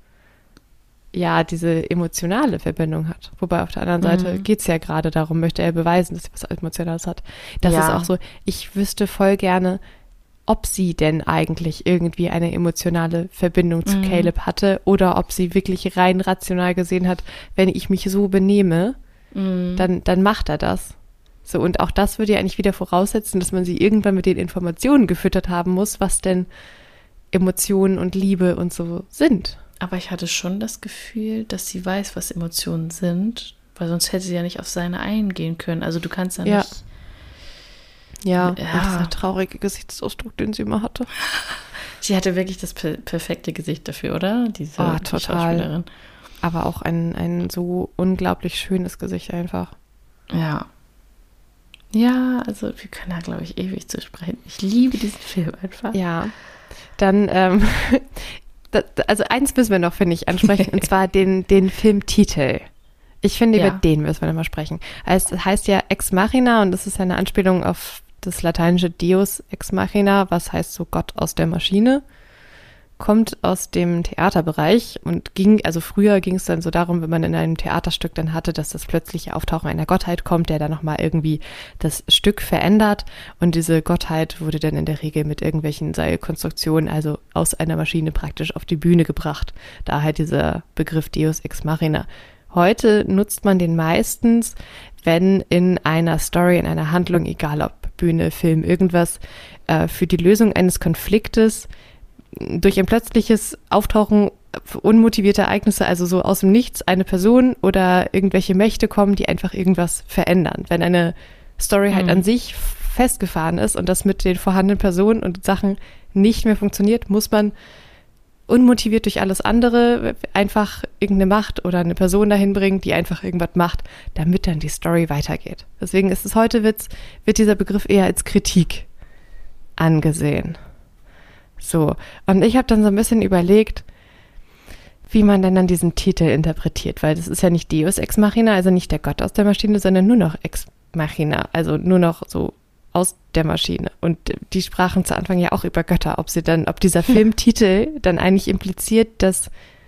diese emotionale Verbindung hat. Wobei auf der anderen Seite geht es ja gerade darum, möchte er beweisen, dass sie was Emotionales hat. Das ist auch so, ich wüsste voll gerne, ob sie denn eigentlich irgendwie eine emotionale Verbindung zu Caleb hatte oder ob sie wirklich rein rational gesehen hat, wenn ich mich so benehme, dann macht er das. So, und auch das würde ja eigentlich wieder voraussetzen, dass man sie irgendwann mit den Informationen gefüttert haben muss, was denn Emotionen und Liebe und so sind. Aber ich hatte schon das Gefühl, dass sie weiß, was Emotionen sind, weil sonst hätte sie ja nicht auf seine eingehen können. Also du kannst ja nicht... Ja, dieser traurige Gesichtsausdruck, den sie immer hatte. Sie hatte wirklich das perfekte Gesicht dafür, oder? Diese total. Schauspielerin. Aber auch ein so unglaublich schönes Gesicht einfach. Ja, Ja, also wir können da, glaube ich, ewig zu sprechen. Ich liebe diesen Film einfach. Ja, dann, also eins müssen wir noch, finde ich, ansprechen, und zwar den Filmtitel. Ich finde, über den müssen wir nochmal sprechen. Also, es heißt ja Ex Machina und das ist eine Anspielung auf das lateinische Deus Ex Machina, was heißt so Gott aus der Maschine. Kommt aus dem Theaterbereich und früher ging es dann so darum, wenn man in einem Theaterstück dann hatte, dass das plötzliche Auftauchen einer Gottheit kommt, der dann nochmal irgendwie das Stück verändert, und diese Gottheit wurde dann in der Regel mit irgendwelchen Seilkonstruktionen, also aus einer Maschine praktisch auf die Bühne gebracht. Daher dieser Begriff Deus Ex Machina. Heute nutzt man den meistens, wenn in einer Story, in einer Handlung, egal ob Bühne, Film, irgendwas, für die Lösung eines Konfliktes durch ein plötzliches Auftauchen unmotivierter Ereignisse, also so aus dem Nichts, eine Person oder irgendwelche Mächte kommen, die einfach irgendwas verändern. Wenn eine Story halt an sich festgefahren ist und das mit den vorhandenen Personen und Sachen nicht mehr funktioniert, muss man unmotiviert durch alles andere einfach irgendeine Macht oder eine Person dahin bringen, die einfach irgendwas macht, damit dann die Story weitergeht. Deswegen ist es heute, wird dieser Begriff eher als Kritik angesehen. So, und ich habe dann so ein bisschen überlegt, wie man denn dann diesen Titel interpretiert, weil das ist ja nicht Deus Ex Machina, also nicht der Gott aus der Maschine, sondern nur noch Ex Machina, also nur noch so aus der Maschine. Und die sprachen zu Anfang ja auch über Götter, ob dieser Filmtitel dann eigentlich impliziert, dass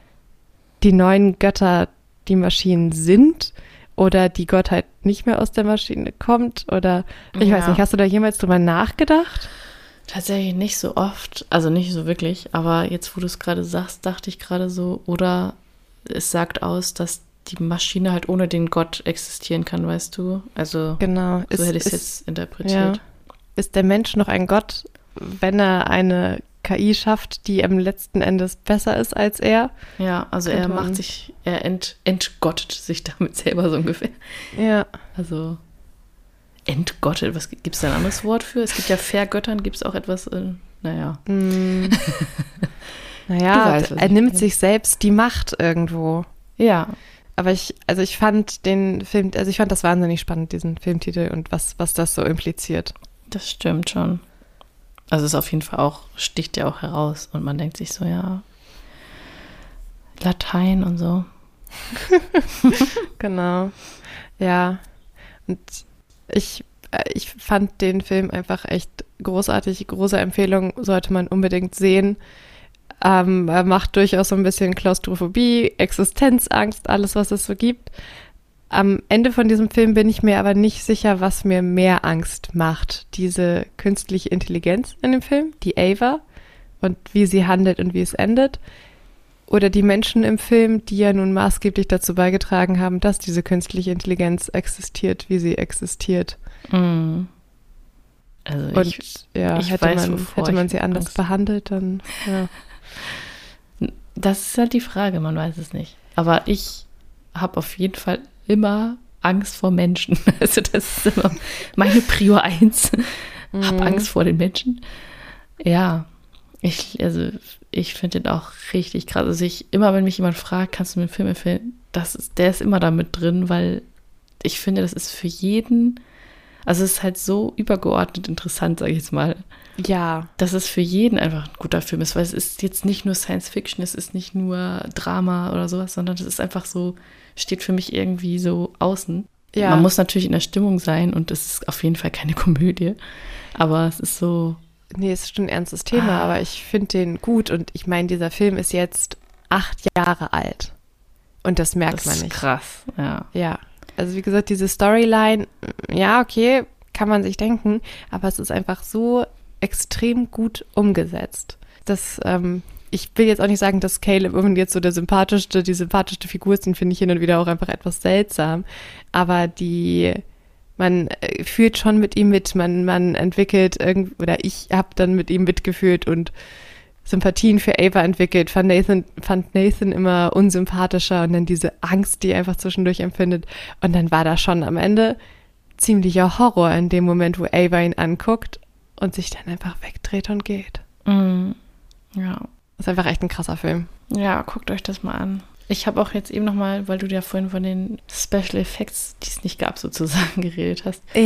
die neuen Götter die Maschinen sind oder die Gottheit nicht mehr aus der Maschine kommt oder ich weiß nicht, hast du da jemals drüber nachgedacht? Tatsächlich nicht so oft, also nicht so wirklich, aber jetzt, wo du es gerade sagst, dachte ich gerade so, oder es sagt aus, dass die Maschine halt ohne den Gott existieren kann, weißt du? Also genau. So hätte ich es jetzt interpretiert. Ja. Ist der Mensch noch ein Gott, wenn er eine KI schafft, die am letzten Endes besser ist als er? Ja, also er entgottet sich damit selber so ungefähr. Ja. Also entgottet, gibt es da ein anderes Wort für? Es gibt ja Vergöttern, gibt es auch etwas, naja. Naja, er nimmt sich selbst die Macht irgendwo. Ja. Aber ich fand das wahnsinnig spannend, diesen Filmtitel und was das so impliziert. Das stimmt schon. Also es ist auf jeden Fall auch, sticht ja auch heraus und man denkt sich so, ja, Latein und so. Genau. Ja. Und ich fand den Film einfach echt großartig, große Empfehlung, sollte man unbedingt sehen. Er macht durchaus so ein bisschen Klaustrophobie, Existenzangst, alles, was es so gibt. Am Ende von diesem Film bin ich mir aber nicht sicher, was mir mehr Angst macht. Diese künstliche Intelligenz in dem Film, die Ava, und wie sie handelt und wie es endet. Oder die Menschen im Film, die ja nun maßgeblich dazu beigetragen haben, dass diese künstliche Intelligenz existiert, wie sie existiert. Mhm. Also und hätte man sie anders behandelt, dann ja. Das ist halt die Frage, man weiß es nicht. Aber ich habe auf jeden Fall immer Angst vor Menschen. Also das ist immer meine Prio 1. Hab Angst vor den Menschen. Ja, ich finde den auch richtig krass. Also immer, wenn mich jemand fragt, kannst du mir einen Film empfehlen, der ist immer da mit drin, weil ich finde, das ist für jeden, also es ist halt so übergeordnet interessant, sage ich jetzt mal. Ja. Dass es für jeden einfach ein guter Film ist, weil es ist jetzt nicht nur Science Fiction, es ist nicht nur Drama oder sowas, sondern es ist einfach so, steht für mich irgendwie so außen. Ja. Man muss natürlich in der Stimmung sein und es ist auf jeden Fall keine Komödie, aber es ist so. Nee, es ist schon ein ernstes Thema, aber ich finde den gut und ich meine, dieser Film ist jetzt 8 Jahre alt und das merkt man nicht. Das ist krass, ja. Ja, also wie gesagt, diese Storyline, ja, okay, kann man sich denken, aber es ist einfach so extrem gut umgesetzt. Ich will jetzt auch nicht sagen, dass Caleb irgendwie jetzt so die sympathischste Figur ist, den finde ich hin und wieder auch einfach etwas seltsam, aber man fühlt schon mit ihm mit, man entwickelt oder ich habe dann mit ihm mitgefühlt und Sympathien für Ava entwickelt, fand Nathan immer unsympathischer und dann diese Angst, die er einfach zwischendurch empfindet und dann war da schon am Ende ziemlicher Horror in dem Moment, wo Ava ihn anguckt und sich dann einfach wegdreht und geht. Ja. Das ist einfach echt ein krasser Film. Ja, guckt euch das mal an. Ich habe auch jetzt eben nochmal, weil du ja vorhin von den Special Effects, die es nicht gab, sozusagen geredet hast. Ja.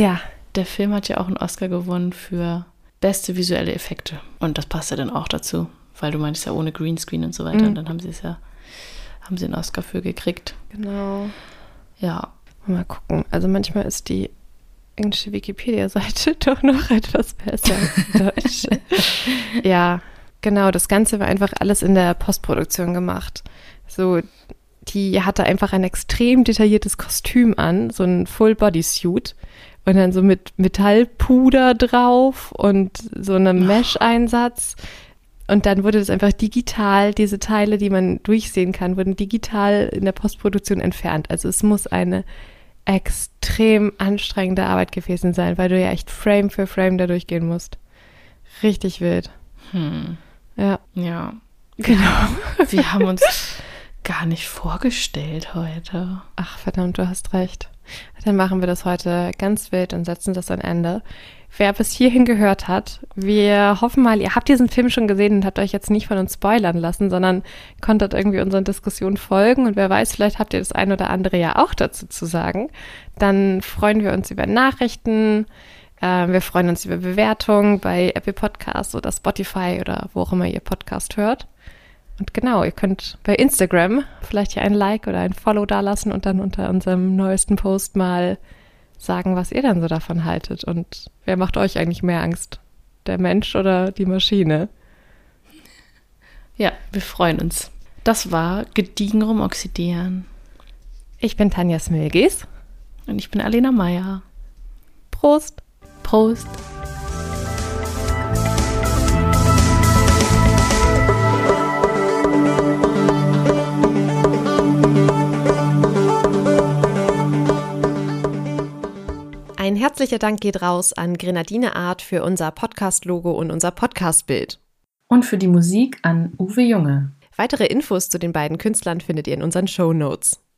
der Film hat ja auch einen Oscar gewonnen für beste visuelle Effekte. Und das passt ja dann auch dazu, weil du meintest ja ohne Greenscreen und so weiter. Und dann haben sie einen Oscar für gekriegt. Genau. Ja. Mal gucken. Also manchmal ist die englische Wikipedia-Seite doch noch etwas besser als die deutsche. Ja, genau. Das Ganze war einfach alles in der Postproduktion gemacht. So, die hatte einfach ein extrem detailliertes Kostüm an, so ein Full-Body-Suit. Und dann so mit Metallpuder drauf und so einem Mesh-Einsatz. Und dann wurde das einfach digital, diese Teile, die man durchsehen kann, wurden digital in der Postproduktion entfernt. Also es muss eine extrem anstrengende Arbeit gewesen sein, weil du ja echt Frame für Frame da durchgehen musst. Richtig wild. Ja. Ja. Genau. Wir haben uns gar nicht vorgestellt heute. Ach, verdammt, du hast recht. Dann machen wir das heute ganz wild und setzen das an Ende. Wer bis hierhin gehört hat, wir hoffen mal, ihr habt diesen Film schon gesehen und habt euch jetzt nicht von uns spoilern lassen, sondern konntet irgendwie unseren Diskussionen folgen. Und wer weiß, vielleicht habt ihr das ein oder andere ja auch dazu zu sagen. Dann freuen wir uns über Nachrichten. Wir freuen uns über Bewertungen bei Apple Podcasts oder Spotify oder wo auch immer ihr Podcast hört. Und genau, ihr könnt bei Instagram vielleicht hier ein Like oder ein Follow dalassen und dann unter unserem neuesten Post mal sagen, was ihr dann so davon haltet. Und wer macht euch eigentlich mehr Angst? Der Mensch oder die Maschine? Ja, wir freuen uns. Das war Gediegen rumoxidieren. Ich bin Tanja Smilgis. Und ich bin Alena Meyer. Prost! Prost! Ein herzlicher Dank geht raus an Grenadine Art für unser Podcast-Logo und unser Podcast-Bild. Und für die Musik an Uwe Junge. Weitere Infos zu den beiden Künstlern findet ihr in unseren Shownotes.